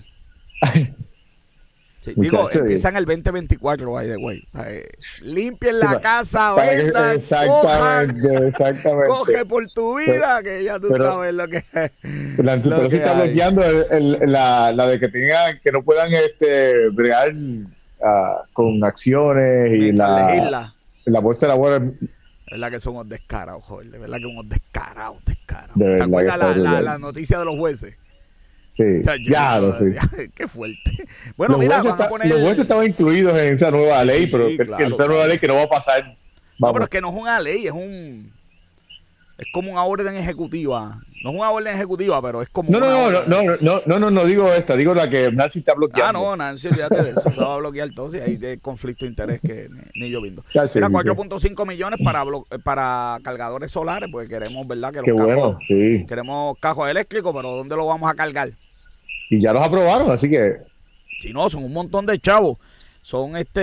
Sí, digo, empiezan el veinte veinticuatro, by the way. Eh, limpien la sí, casa, vendan, exactamente, cojan, exactamente. Coge por tu vida, pero, que ya tú pero, sabes lo que es. Nancy Pelosi está hay. bloqueando el, el, la, la de que tengan, que no puedan este, bregar uh, con acciones y la... Legisla. La bolsa de la bola. De verdad que son unos descarados, joder. De verdad que unos descarados, descarados. De ¿Te acuerdas la, la, la noticia de los jueces? Sí, o sea, ya lo sí. Qué fuerte. Bueno, los mira, vamos está, a poner... Los jueces estaban incluidos en esa nueva ley, sí, pero sí, claro, esa claro. nueva ley que no va a pasar. Vamos. No, pero es que no es una ley, es un... Es como una orden ejecutiva. No es una orden ejecutiva, pero es como no, una no, orden... no, no, no, no, no, no digo esta, digo la que Nancy está bloqueando. Ah, no, Nancy, olvídate de eso, se va a bloquear todo, si hay de conflicto de interés que ni, ni yo viendo. Ya, Mira, cuatro punto cinco millones para blo- para cargadores solares, porque queremos, ¿verdad? Que los Qué cajos, bueno, sí. Queremos cajos eléctricos, pero ¿dónde lo vamos a cargar? Y ya los aprobaron, así que... Si no, son un montón de chavos. Son este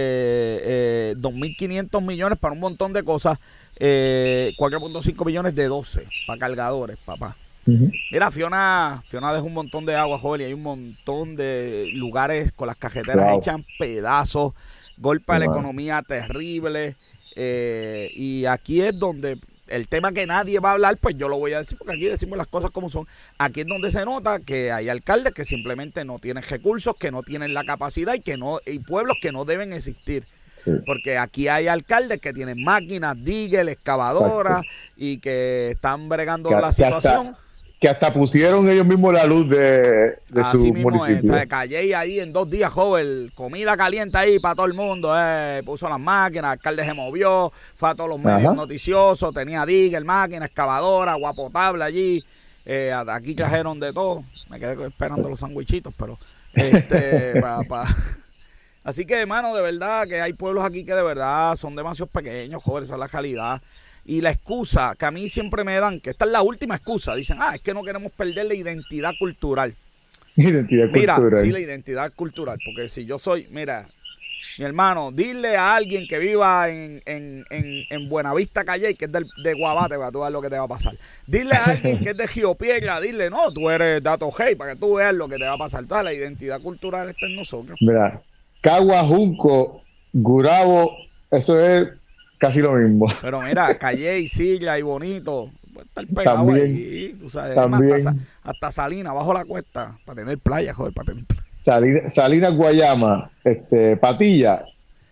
eh, dos mil quinientos millones para un montón de cosas. Eh, cuatro punto cinco millones de doce para cargadores, papá. Uh-huh. Mira, Fiona Fiona deja un montón de agua, joven, y hay un montón de lugares con las cajeteras wow. echan pedazos, golpe a la economía terrible. Eh, y aquí es donde el tema que nadie va a hablar, pues yo lo voy a decir, porque aquí decimos las cosas como son. Aquí es donde se nota que hay alcaldes que simplemente no tienen recursos, que no tienen la capacidad y que no y pueblos que no deben existir. Sí. Porque aquí hay alcaldes que tienen máquinas, digel, excavadoras y que están bregando que, la situación. Que hasta, que hasta pusieron ellos mismos la luz de, de Así su mismo municipio. Es, Calle ahí en dos días, joven, comida caliente ahí para todo el mundo. Eh. Puso las máquinas, el alcalde se movió, fue a todos los medios Ajá. noticiosos, tenía digel, máquina, excavadora, agua potable allí. Eh, aquí trajeron de todo. Me quedé esperando los sandwichitos, pero este para... Pa, Así que, hermano, de verdad que hay pueblos aquí que de verdad son demasiado pequeños, joder, esa es la realidad. Y la excusa que a mí siempre me dan, que esta es la última excusa, dicen, ah, es que no queremos perder la identidad cultural. Identidad mira, cultural. Sí, la identidad cultural, porque si yo soy, mira, mi hermano, dile a alguien que viva en, en, en, en Buenavista Calle, que es del, de Guabate, para tú ver lo que te va a pasar. Dile a alguien que es de Giopiedra, dile, no, tú eres de Atojei, para que tú veas lo que te va a pasar. Toda la identidad cultural está en nosotros. Mira. Cagua, Junco, Gurabo, eso es casi lo mismo. Pero mira, Calle y Silla y Bonito, puede estar pegado también, ahí, tú sabes, también. Hasta, hasta Salina, bajo la cuesta, para tener playa, joder, para tener playa. Salina, Salina Guayama, este, Patilla,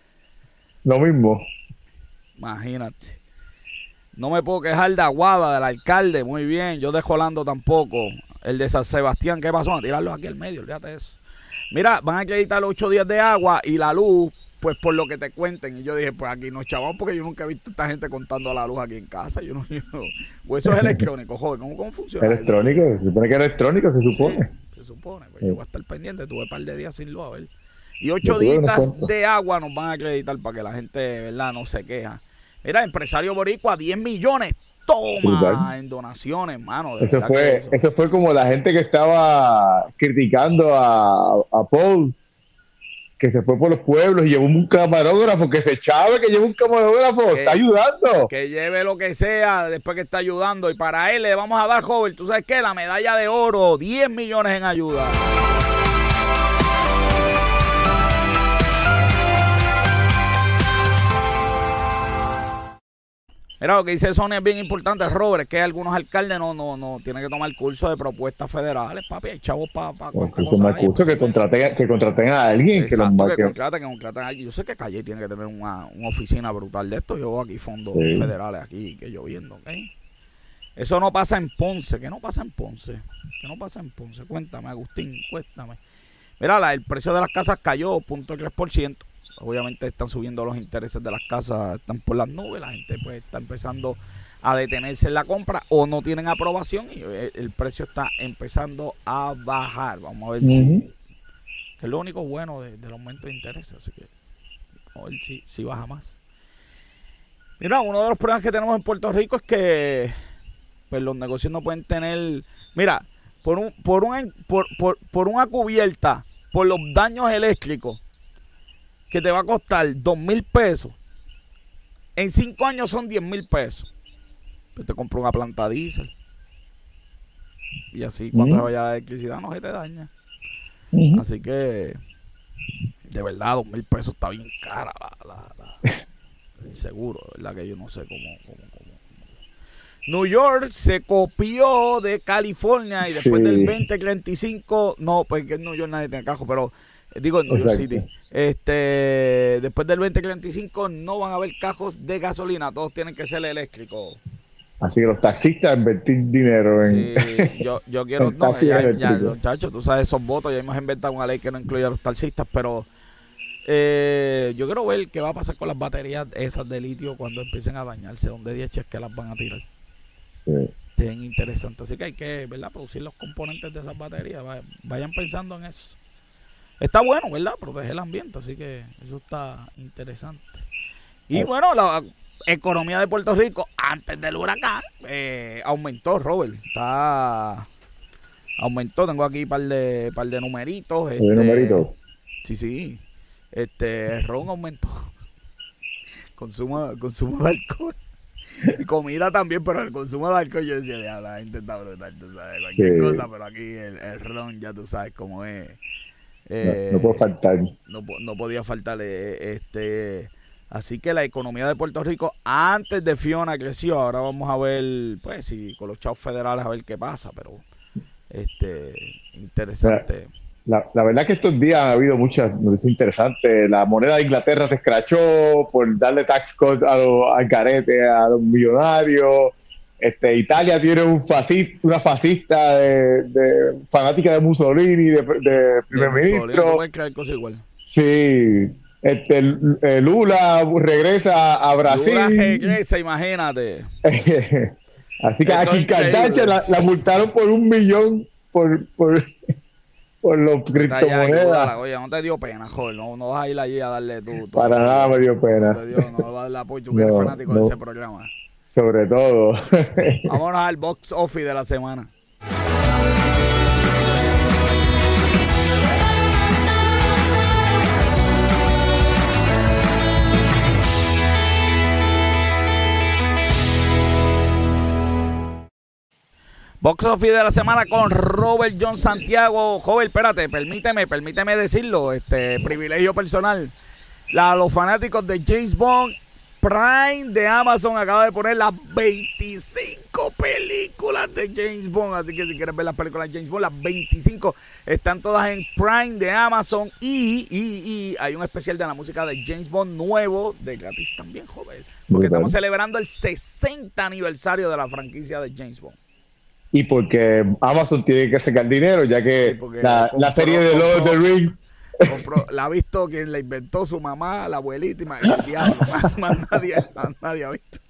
lo mismo. Imagínate. No me puedo quejar de Aguada, del alcalde, muy bien, yo de Jolando tampoco. El de San Sebastián, ¿qué pasó? A tirarlo aquí al medio, olvídate de eso. Mira, van a acreditar ocho días de agua y la luz, pues por lo que te cuenten. Y yo dije, pues aquí nos chavamos porque yo nunca he visto a esta gente contando la luz aquí en casa. Yo no, yo no. Pues eso es electrónico, joder, ¿cómo, cómo funciona? Electrónico, se supone que es electrónico, se supone. Sí, se supone, pues sí. Yo voy a estar pendiente, tuve un par de días sin luz, a ver. Y ocho días de agua nos van a acreditar para que la gente, ¿verdad?, no se queja. Mira, empresario boricua, diez millones. Toma, en donaciones, hermano. Eso fue, eso... eso fue como la gente que estaba criticando a, a Paul, que se fue por los pueblos y llevó un camarógrafo, que se chave, que lleve un camarógrafo, que, está ayudando. Que lleve lo que sea después que está ayudando. Y para él le vamos a dar, joven, ¿tú sabes qué? La medalla de oro, diez millones en ayuda. Mira, lo que dice Sonia es bien importante, Robert, es que algunos alcaldes no no no tienen que tomar curso de propuestas federales, papi, hay chavos para pa, pa, pa tomar curso, que contraten, que contraten a alguien. Exacto, que, que, que contraten, que contraten a alguien. Yo sé que Calle tiene que tener una, una oficina brutal de esto, yo veo aquí fondos sí. federales aquí, que yo viendo, ¿ok? Eso no pasa en Ponce, ¿qué no pasa en Ponce? ¿Qué no pasa en Ponce? Cuéntame, Agustín, cuéntame. Mira, la, el precio de las casas cayó cero punto tres por ciento. Obviamente están subiendo los intereses de las casas, están por las nubes, la gente pues está empezando a detenerse en la compra o no tienen aprobación y el, el precio está empezando a bajar. Vamos a ver uh-huh. si, que es lo único bueno de, del aumento de intereses, así que vamos a ver si, si baja más. Mira, uno de los problemas que tenemos en Puerto Rico es que pues los negocios no pueden tener, mira, por un, por un, por, por, por una cubierta, por los daños eléctricos, que te va a costar dos mil pesos, en cinco años son diez mil pesos. Pues te compro una planta diésel. Y así, cuando uh-huh. se vaya la electricidad, no se te daña. Uh-huh. Así que, de verdad, dos mil pesos está bien cara la, la, la, el seguro. De verdad que yo no sé cómo, cómo, cómo. New York se copió de California y después sí. del veinte treinta y cinco, no, pues que en New York nadie tiene carro, pero digo en New York City, este, después del veinte treinta y cinco no van a haber cajos de gasolina, todos tienen que ser eléctricos. Así que los taxistas invertir dinero en... Sí, yo, yo quiero... no, ya, ya, muchachos, tú sabes, esos votos, ya hemos inventado una ley que no incluye a los taxistas, pero eh, yo quiero ver qué va a pasar con las baterías esas de litio cuando empiecen a dañarse, donde diez es que las van a tirar. Sí. Bien interesante, así que hay que, ¿verdad?, producir los componentes de esas baterías, vayan pensando en eso. Está bueno, ¿verdad? Proteger el ambiente, así que eso está interesante. Y bueno, la economía de Puerto Rico antes del huracán eh, aumentó, Robert. Está aumentó, tengo aquí un par de, par de numeritos. Este, numeritos? Sí, sí. Este, el ron aumentó. Consumo, consumo de alcohol. Y comida también, pero el consumo de alcohol, yo decía, ya, la gente está brutal, tú sabes, cualquier sí. cosa, pero aquí el, el ron, ya tú sabes cómo es. Eh, no, no puede faltar. No, no podía faltarle. Este, así que la economía de Puerto Rico antes de Fiona creció. Ahora vamos a ver, pues, si con los chavos federales a ver qué pasa, pero este, interesante. La, la verdad que estos días ha habido muchas noticias interesantes. La moneda de Inglaterra se escrachó por darle tax cut a los, al carete a los millonarios. Este, Italia tiene un fascista, una fascista de, de fanática de Mussolini, de, de primer de ministro. No puedes creer cosas igual. Sí. Este, Lula regresa a Brasil. Lula regresa, imagínate. Así que aquí en Kardashian la, la multaron por un millón por, por, por los criptomonedas. Oye, no te dio pena, joder. No, no vas a ir allí a darle tu. tu Para tu, nada me dio pena. No, te dio, no vas a darle apoyo, tú que no, eres fanático no. de ese programa. Sobre todo. Vámonos al box office de la semana. Box office de la semana con Robert John Santiago. Joven, espérate, permíteme, permíteme decirlo, este privilegio personal. La, los fanáticos de James Bond, Prime de Amazon acaba de poner las veinticinco películas de James Bond. Así que si quieres ver las películas de James Bond, las veinticinco están todas en Prime de Amazon. Y, y, y hay un especial de la música de James Bond nuevo, de gratis también, joven. Porque estamos celebrando el sesenta aniversario de la franquicia de James Bond. y porque Amazon tiene que sacar dinero, ya que Sí, porque la, compró- la serie de Lord of the compró- Rings Compró- la ha visto quien la inventó, su mamá, la abuelita y más, el diablo. Más, más nadie, más nadie ha visto.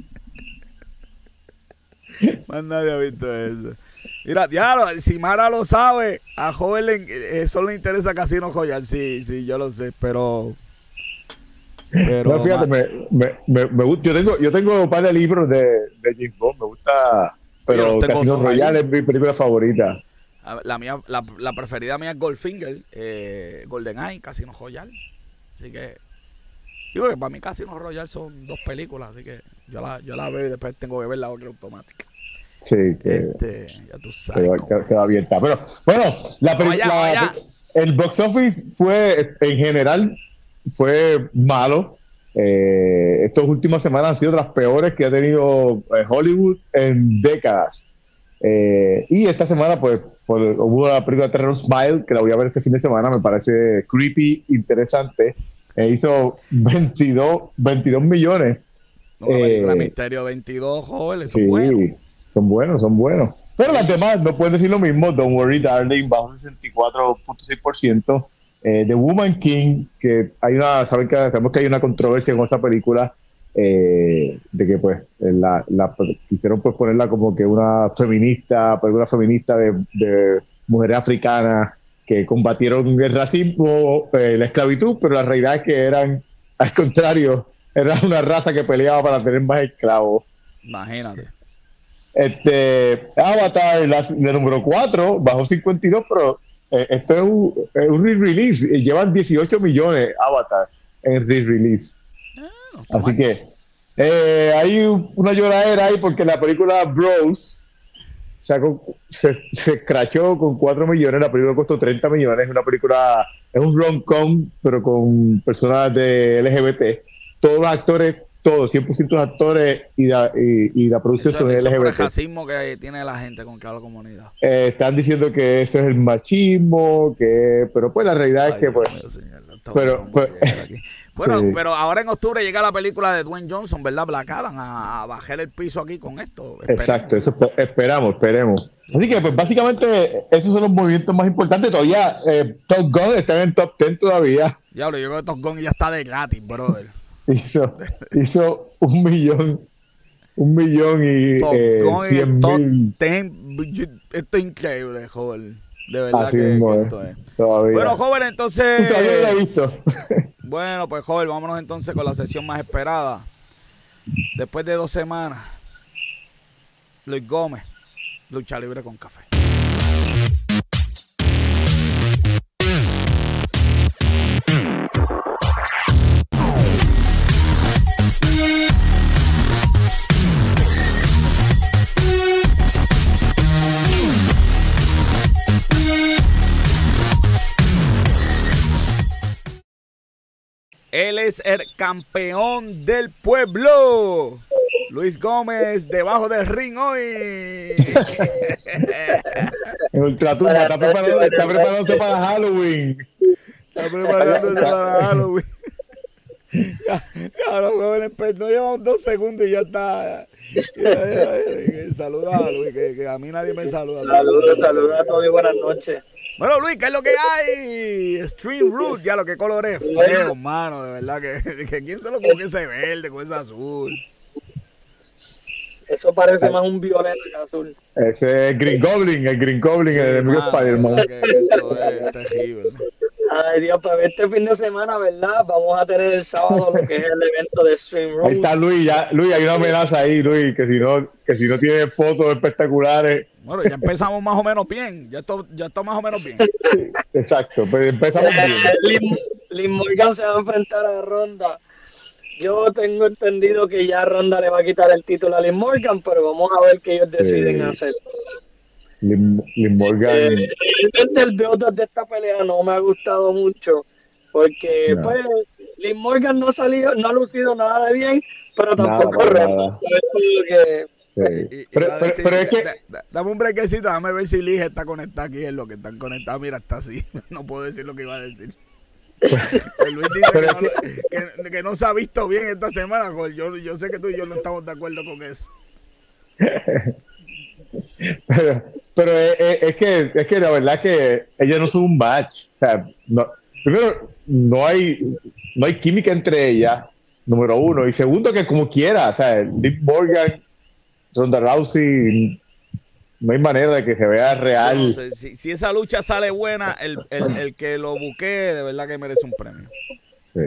Más nadie ha visto eso. Mira, diablo, si Mara lo sabe, a joven le, eso le interesa Casino Royale. Sí, sí, yo lo sé, pero. Pero. no, fíjate, ma- me, me, me, me gusta. Yo tengo, yo tengo un par de libros de, de James Bond, me gusta, pero los tengo Casino todos ahí. Royale es mi película favorita. La mía, la, la preferida mía es Goldfinger, eh, GoldenEye, Casino Royale. Así que. Digo que para mí Casino Royale son dos películas, así que yo la, yo la veo y después tengo que ver la otra automática. Sí, que Este, ya tú sabes. quedó, cómo quedó- es. quedó abierta. Pero bueno, la, Vamos peli- allá, la- vamos allá. el box office fue, en general, fue malo. Eh, estas últimas semanas han sido de las peores que ha tenido eh, Hollywood en décadas. Eh, y esta semana, pues, pues, hubo la película de terror Smile, que la voy a ver este fin de semana, me parece creepy, interesante. Eh, hizo veintidós, veintidós millones. No, la película eh, Misterio veintidós, joven, eso Sí, es bueno. son buenos, son buenos. Pero las demás no pueden decir lo mismo. Don't Worry Darling bajo sesenta y cuatro punto seis por ciento. Eh, The Woman King, que hay una, saben que sabemos que hay una controversia con esa película, eh, de que pues la, la quisieron pues ponerla como que una feminista, película feminista de, de mujeres africanas que combatieron el racismo, eh, la esclavitud, pero la realidad es que eran, al contrario, era una raza que peleaba para tener más esclavos. Imagínate. Este, Avatar, la, de número cuatro, bajó cincuenta y dos, pero eh, esto es un, es un re-release. Eh, Llevan dieciocho millones Avatar en re-release. No está Así mal. que eh, hay un- una lloradera ahí porque la película Bros sacó, se, se escrachó con cuatro millones. La película costó treinta millones. Es una película, es un rom-com, pero con personas de L G B T. Todos los actores, todos, cien por ciento de los actores y la, y, y la producción Eso, son eso por el L G B T. racismo que tiene la gente con cada comunidad. Eh, están diciendo que eso es el machismo, que pero pues la realidad es Ay, que Dios pues mío, señor, no está pero- bueno, pues- vamos a llegar aquí. Bueno, Sí. pero ahora en octubre llega la película de Dwayne Johnson, ¿verdad? Black Adam, a, a bajar el piso aquí con esto. Esperemos. exacto, eso espe- esperamos, esperemos. Así que pues básicamente esos son los movimientos más importantes. Todavía eh, Top Gun está en el top diez todavía. Diablo, yo creo que Top Gun ya está de gratis, brother. Hizo, hizo un millón, un millón y Top eh, Gun en cien el top mil. diez. Esto es increíble, joven. De verdad Así que, mismo que es, esto es. todavía. Bueno, joven, entonces. Todavía no lo he visto. Bueno, pues joven, vámonos entonces con la sesión más esperada. Después de dos semanas, Luis Gómez, lucha libre con café. Él es el campeón del pueblo. Luis Gómez, debajo del ring hoy. En Ultratumba, está preparado, está preparándose para Halloween. Está preparándose para Halloween. Ya, ya los jóvenes, pues, no llevamos dos segundos y ya está. Ya, ya, ya, saluda a Luis, que, que a mí nadie me saluda. Saludos, saludos a todos y buenas noches. Bueno, Luis, ¿qué es lo que hay? Stream Root, ya lo que color es feo, mano, de verdad. Que, que quién se lo pone ese verde con ese azul. Eso parece más un violeta que azul. Ese es Green Goblin, el Green Goblin, Sí, el enemigo mano, Spider-Man. de verdad que esto es terrible. Ay, Dios, para este fin de semana, ¿verdad? Vamos a tener el sábado lo que es el evento de Stream Room. Ahí está Luis, ya, Luis, hay una amenaza ahí, Luis, que si no, que si no tiene fotos espectaculares. Bueno, ya empezamos más o menos bien. Ya esto, ya está más o menos bien. Exacto, pues empezamos bien. Eh, Lin, Lin Morgan se va a enfrentar a Ronda. Yo tengo entendido que ya Ronda le va a quitar el título a Lin Morgan, pero vamos a ver qué ellos Sí. deciden hacer. Lin, Lin Morgan, Eh, realmente el build-up de esta pelea no me ha gustado mucho, porque No. pues Lin Morgan no ha salido, no ha lucido nada de bien, pero Nada, tampoco para Ronda. nada. Por eso es que sí. Y- y pero, iba a pero- decir, pero es que, da- da- dame un brequecito, déjame ver si Lige está conectada aquí en lo que están conectados. Mira, está así. No puedo decir lo que iba a decir. Pues Luis dice que Pero no, lo- que, que no se ha visto bien esta semana. Joder. Yo, yo sé que tú y yo no estamos de acuerdo con eso. pero pero es, es, es que es que la verdad es que ellos no son un match. O sea, no, primero, no hay, no hay química entre ellas, número uno. Y segundo, que como quiera, o sea, Liv Morgan, Ronda Rousey, no hay manera de que se vea real. No sé, si, si esa lucha sale buena, el, el, el que lo buquee de verdad que merece un premio. Sí.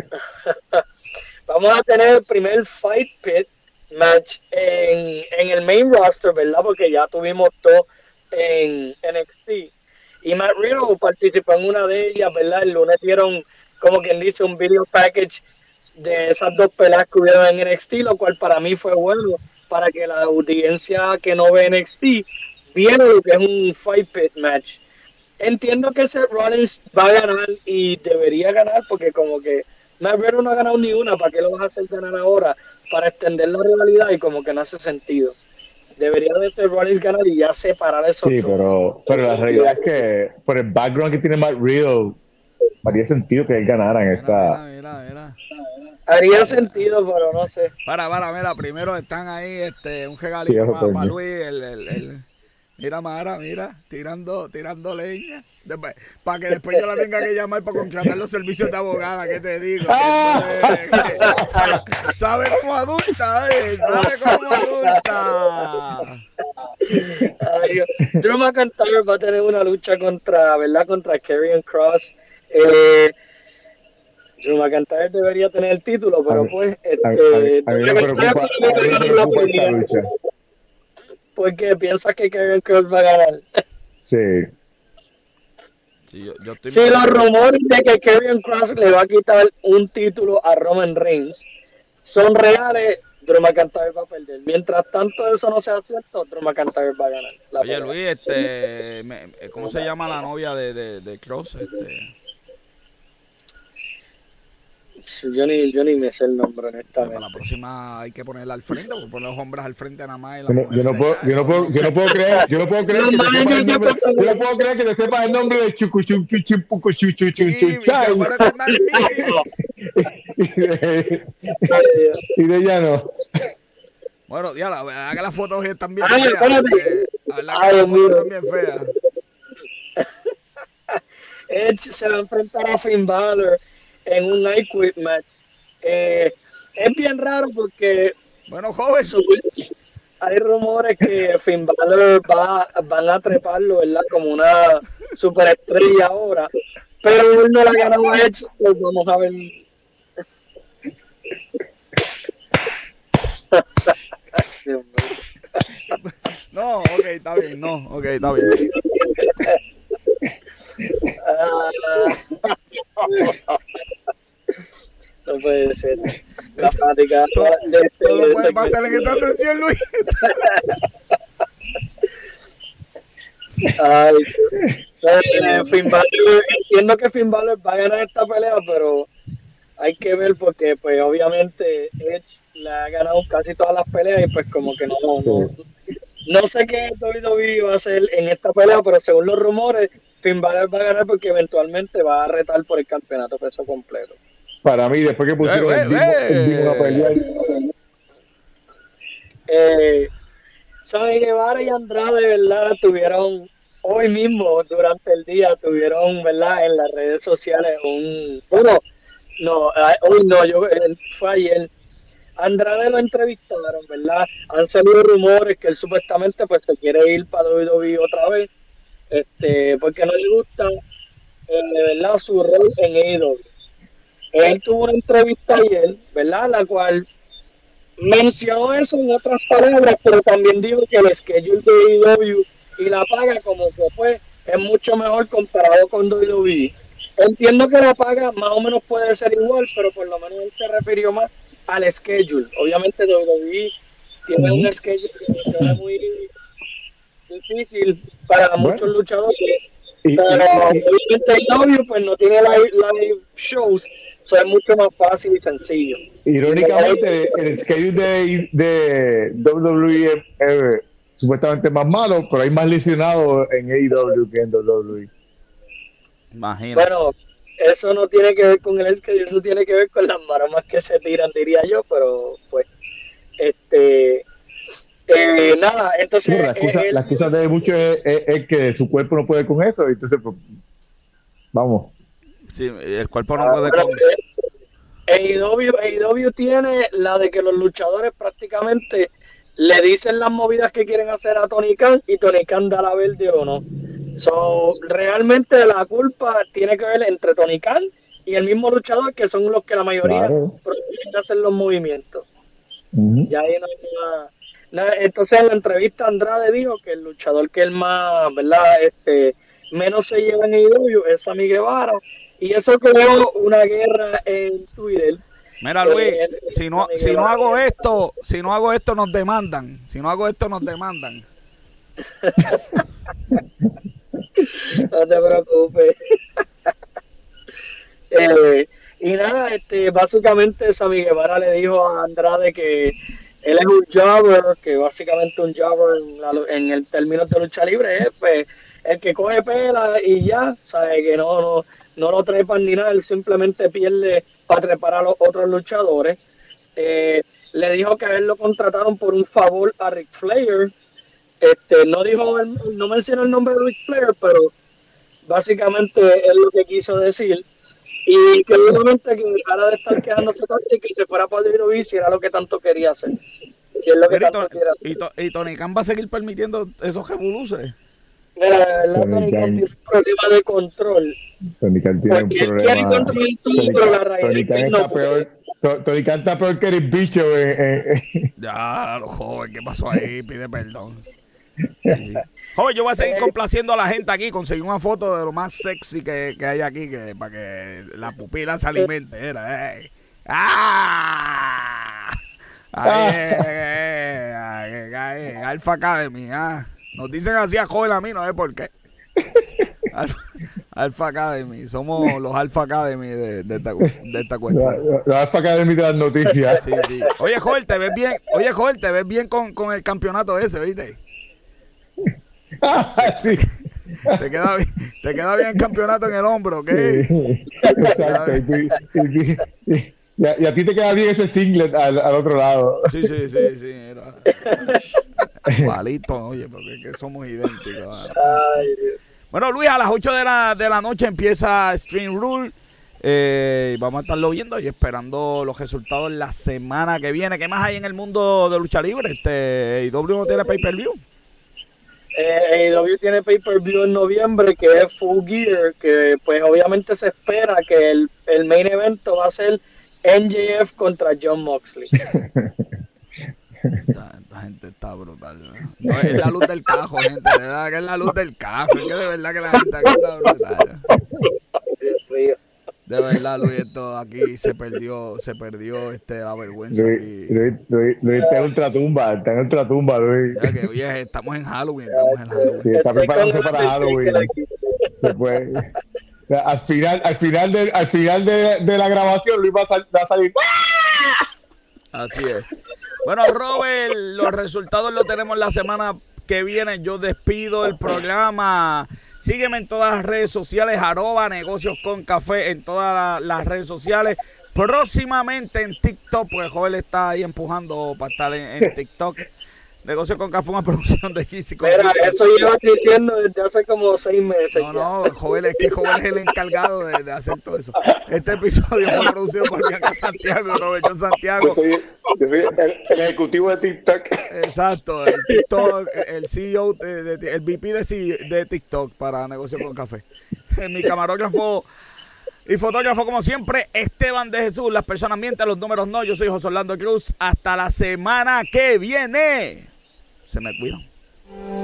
Vamos a tener el primer Fight Pit match en, en el main roster, ¿verdad? Porque ya tuvimos todo en N X T. Y Matt Riddle participó en una de ellas, ¿verdad? El lunes dieron, como quien dice, un video package de esas dos peleas que hubieron en N X T, lo cual para mí fue bueno, para que la audiencia que no ve N X T viera lo que es un Fight Pit match. Entiendo que Seth Rollins va a ganar y debería ganar porque como que Matt Riddle no ha ganado ni una, ¿para qué lo vas a hacer ganar ahora? Para extender la rivalidad y como que no hace sentido. Debería de ser Rollins ganar y ya separar esos Sí, dos. pero, pero la realidad es que por el background que tiene Matt Riddle, haría sentido que él ganara en Mira, esta... mira, mira, mira. Haría sentido, pero no sé. Para, para, mira, primero están ahí este, un Sí, regalito eso para coño. Luis, el, el, el, mira Mara, mira, tirando, tirando leña, después, para que después yo la tenga que llamar para contratar los servicios de abogada, ¿qué te digo? Que esto es- que sa- sabe como adulta, eh, sabe como adulta. Ay, Drew McIntyre va a tener una lucha contra, ¿verdad? Contra Karrion Kross. Eh, Drew McIntyre debería tener el título, pero A mí- pues, A, a- este, a mí me preocupa, a mí me preocupa esta lucha. porque piensas que Karrion Kross va a ganar. Sí. Sí, yo, yo estoy Si los rumores de que Karrion Kross le va a quitar un título a Roman Reigns son reales, Drew McIntyre va a perder. Mientras tanto eso no sea cierto, Drew McIntyre va a ganar. la Oye, pelea. Luis, este, me- ¿cómo se llama la novia de, de, de Cross? Este, Yo ni, yo ni me sé el nombre, para honestamente. la próxima hay que ponerla al frente, porque poner los hombres al frente nada más y las Yo no, yo mujeres no puedo, detrás, yo no eso puedo, yo no puedo creer, yo no puedo creer que te sepas el nombre, yo no puedo creer que te sepas el nombre de Chucu Chucu Chucu Chucu Chucu Sí, Chucu mi seguro que es más mío. y de, y de ella no. Bueno, ya la verdad que las fotos están bien Ay, feas. espérate. este, La verdad Ay, que las Dios fotos mío. están bien feas. Edge se va a enfrentar a Finn Balor en un Night Quit match. Eh, es bien raro porque Bueno, joven, su- hay rumores que Finn Balor va, van a treparlo, ¿verdad? Como una superestrella ahora. Pero él no la ganó a Edge, pues vamos a ver. Dios mío. no, ok, está bien, no, ok, está bien. Ah. No puede ser. La fanática Todo, de este- todo de puede este- pasar en esta sesión, Luis. Ay, eh, Finn Balor, entiendo que Finn Balor va a ganar esta pelea, pero hay que ver porque, pues, obviamente Edge le ha ganado casi todas las peleas y, pues, como que no, no, no sé qué W W E va a hacer en esta pelea, pero según los rumores, Finn Balor va a ganar porque eventualmente va a retar por el campeonato peso completo. Para mí, después que pusieron Eh, el Dimo, eh, el Dimo a pelear, Eh, Sammy Guevara y Andrade, ¿verdad? Tuvieron hoy mismo, durante el día, tuvieron, ¿verdad? En las redes sociales un... Bueno, no, eh, hoy no, yo eh, fue ayer. Andrade lo entrevistaron, ¿verdad? Han salido rumores que él supuestamente pues se quiere ir para W W E otra vez, este, porque no le gusta, eh, ¿verdad? Su rol en A E W. Él tuvo una entrevista ayer, ¿verdad? La cual mencionó eso en otras palabras, pero también dijo que el schedule de A E W y la paga como que fue es mucho mejor comparado con W W E. Entiendo que la paga más o menos puede ser igual, pero por lo menos él se refirió más al schedule. Obviamente W W E tiene Ujú. un schedule que funciona muy difícil para Bueno. muchos luchadores, y, y- pero y- obviamente A E W pues no tiene live, live shows, eso es mucho más fácil y sencillo. irónicamente, el schedule de, de W W E es eh, supuestamente más malo, pero hay más lesionados en A E W que en W W E. Imagínate. Bueno, eso no tiene que ver con el schedule, eso tiene que ver con las maromas que se tiran, diría yo, pero pues, este, eh, Este, nada, entonces... Sí, la excusa, él, la excusa de muchos es, es, es que su cuerpo no puede con eso, entonces, pues, vamos. Sí, el cuerpo no ah, puede bueno, con... A E W, A E W tiene la de que los luchadores prácticamente le dicen las movidas que quieren hacer a Tony Khan y Tony Khan da la verde o no. So, realmente la culpa tiene que ver entre Tony Khan y el mismo luchador, que son los que la mayoría Claro. prefieren hacer los movimientos. Uh-huh. Ya ahí no hay nada. nada. Entonces en la entrevista Andrade dijo que el luchador que el más, ¿verdad? Este, menos se lleva en A E W es Sammy Guevara. Y eso creó una guerra en Twitter. Mira, Luis, si no, si no hago esto, si no hago esto nos demandan. Si no hago esto nos demandan. No te preocupes. eh, y nada, este, básicamente Sammy Guevara le dijo a Andrade que él es un jobber, que básicamente un jobber en, la, en el término de lucha libre es pues, el que coge pela y ya, sabe que no, no, no lo trepan ni nada, él simplemente pierde para trepar a los otros luchadores. Eh, le dijo que a él lo contrataron por un favor a Ric Flair. Este, no dijo, el, no mencionó el nombre de Ric Flair, pero básicamente es lo que quiso decir. Y que obviamente que dejara de estar quedándose tanto y que se fuera para W W E si era lo que tanto quería hacer. Si es lo que Mira, tanto y, quiere hacer. y, to, y Tony Khan va a seguir permitiendo esos revoluces. Mira, la verdad, Tony Khan tiene un problema de control. Tony Khan tiene Porque un él quiere problema. controlar todo, pero la realidad Tony es Khan que está no peor. Tony Khan está peor que el bicho. Eh, eh. Ya, lo joven, ¿qué pasó ahí? Pide perdón. Sí, sí. Joven, yo voy a seguir complaciendo a la gente aquí. Conseguí una foto de lo más sexy que, que hay aquí que, para que la pupila se alimente. Era, eh. ¡Ah! Ahí, eh, eh, eh, eh, eh, Alpha Academy. Ah. Nos dicen así a joven a mí, no sé por qué. Alpha, Alpha Academy. Somos los Alpha Academy de, de, esta, de esta cuestión. La Alpha Academy de las noticias. Sí, sí. Oye, Joel, te ves bien. Oye, Joel, te ves bien con, con el campeonato ese, ¿viste? Sí. Te queda bien, te queda bien el campeonato en el hombro, ¿ok? Sí, exacto. Y, y, y, y, a, y a ti te queda bien ese singlet al, al otro lado. Sí, sí, sí, sí. Era... Igualito, oye, porque es que somos idénticos. Ay, Dios. Bueno, Luis, a las ocho de la, de la noche empieza Stream Rule. Eh, vamos a estarlo viendo y esperando los resultados la semana que viene. ¿Qué más hay en el mundo de lucha libre? Este, A E W no tiene pay-per-view. Eh, A E W tiene pay-per-view en noviembre que es Full Gear, que pues obviamente se espera que el, el main evento va a ser N J F contra John Moxley. Esta, esta gente está brutal, ¿no? No, es la luz del cajo, gente, de verdad que es la luz del cajo, es que de verdad que la gente aquí está brutal. De verdad, Luis, esto aquí se perdió, se perdió este la vergüenza Luis, aquí. Luis, Luis, Luis está en ultratumba, está en ultratumba, Luis. Ya que, oye, estamos en Halloween, estamos en Halloween. Sí, está preparándose para Halloween. Después, al final, al final de, al final de, de la grabación, Luis va a, sal, va a salir. Así es. Bueno, Robert, los resultados los tenemos la semana que viene. Yo despido el programa. Sígueme en todas las redes sociales, arroba negocios con café en todas las redes sociales. Próximamente en TikTok, porque Joel está ahí empujando para estar en, en TikTok. Negocios con café, una producción de Gizzy. Mira, eso lleva diciendo desde hace como seis meses. No, no, Joel, es que Joel es el encargado de, de hacer todo eso. Este episodio fue producido por Bianca Santiago, Roberto Santiago. Yo soy, yo soy el, el ejecutivo de TikTok. Exacto, el TikTok, el C E O, de, de, el V P de, de TikTok para Negocios con Café. Mi camarógrafo y fotógrafo, como siempre, Esteban de Jesús. Las personas mienten, los números no. Yo soy José Orlando Cruz. Hasta la semana que viene. Se me cuidan.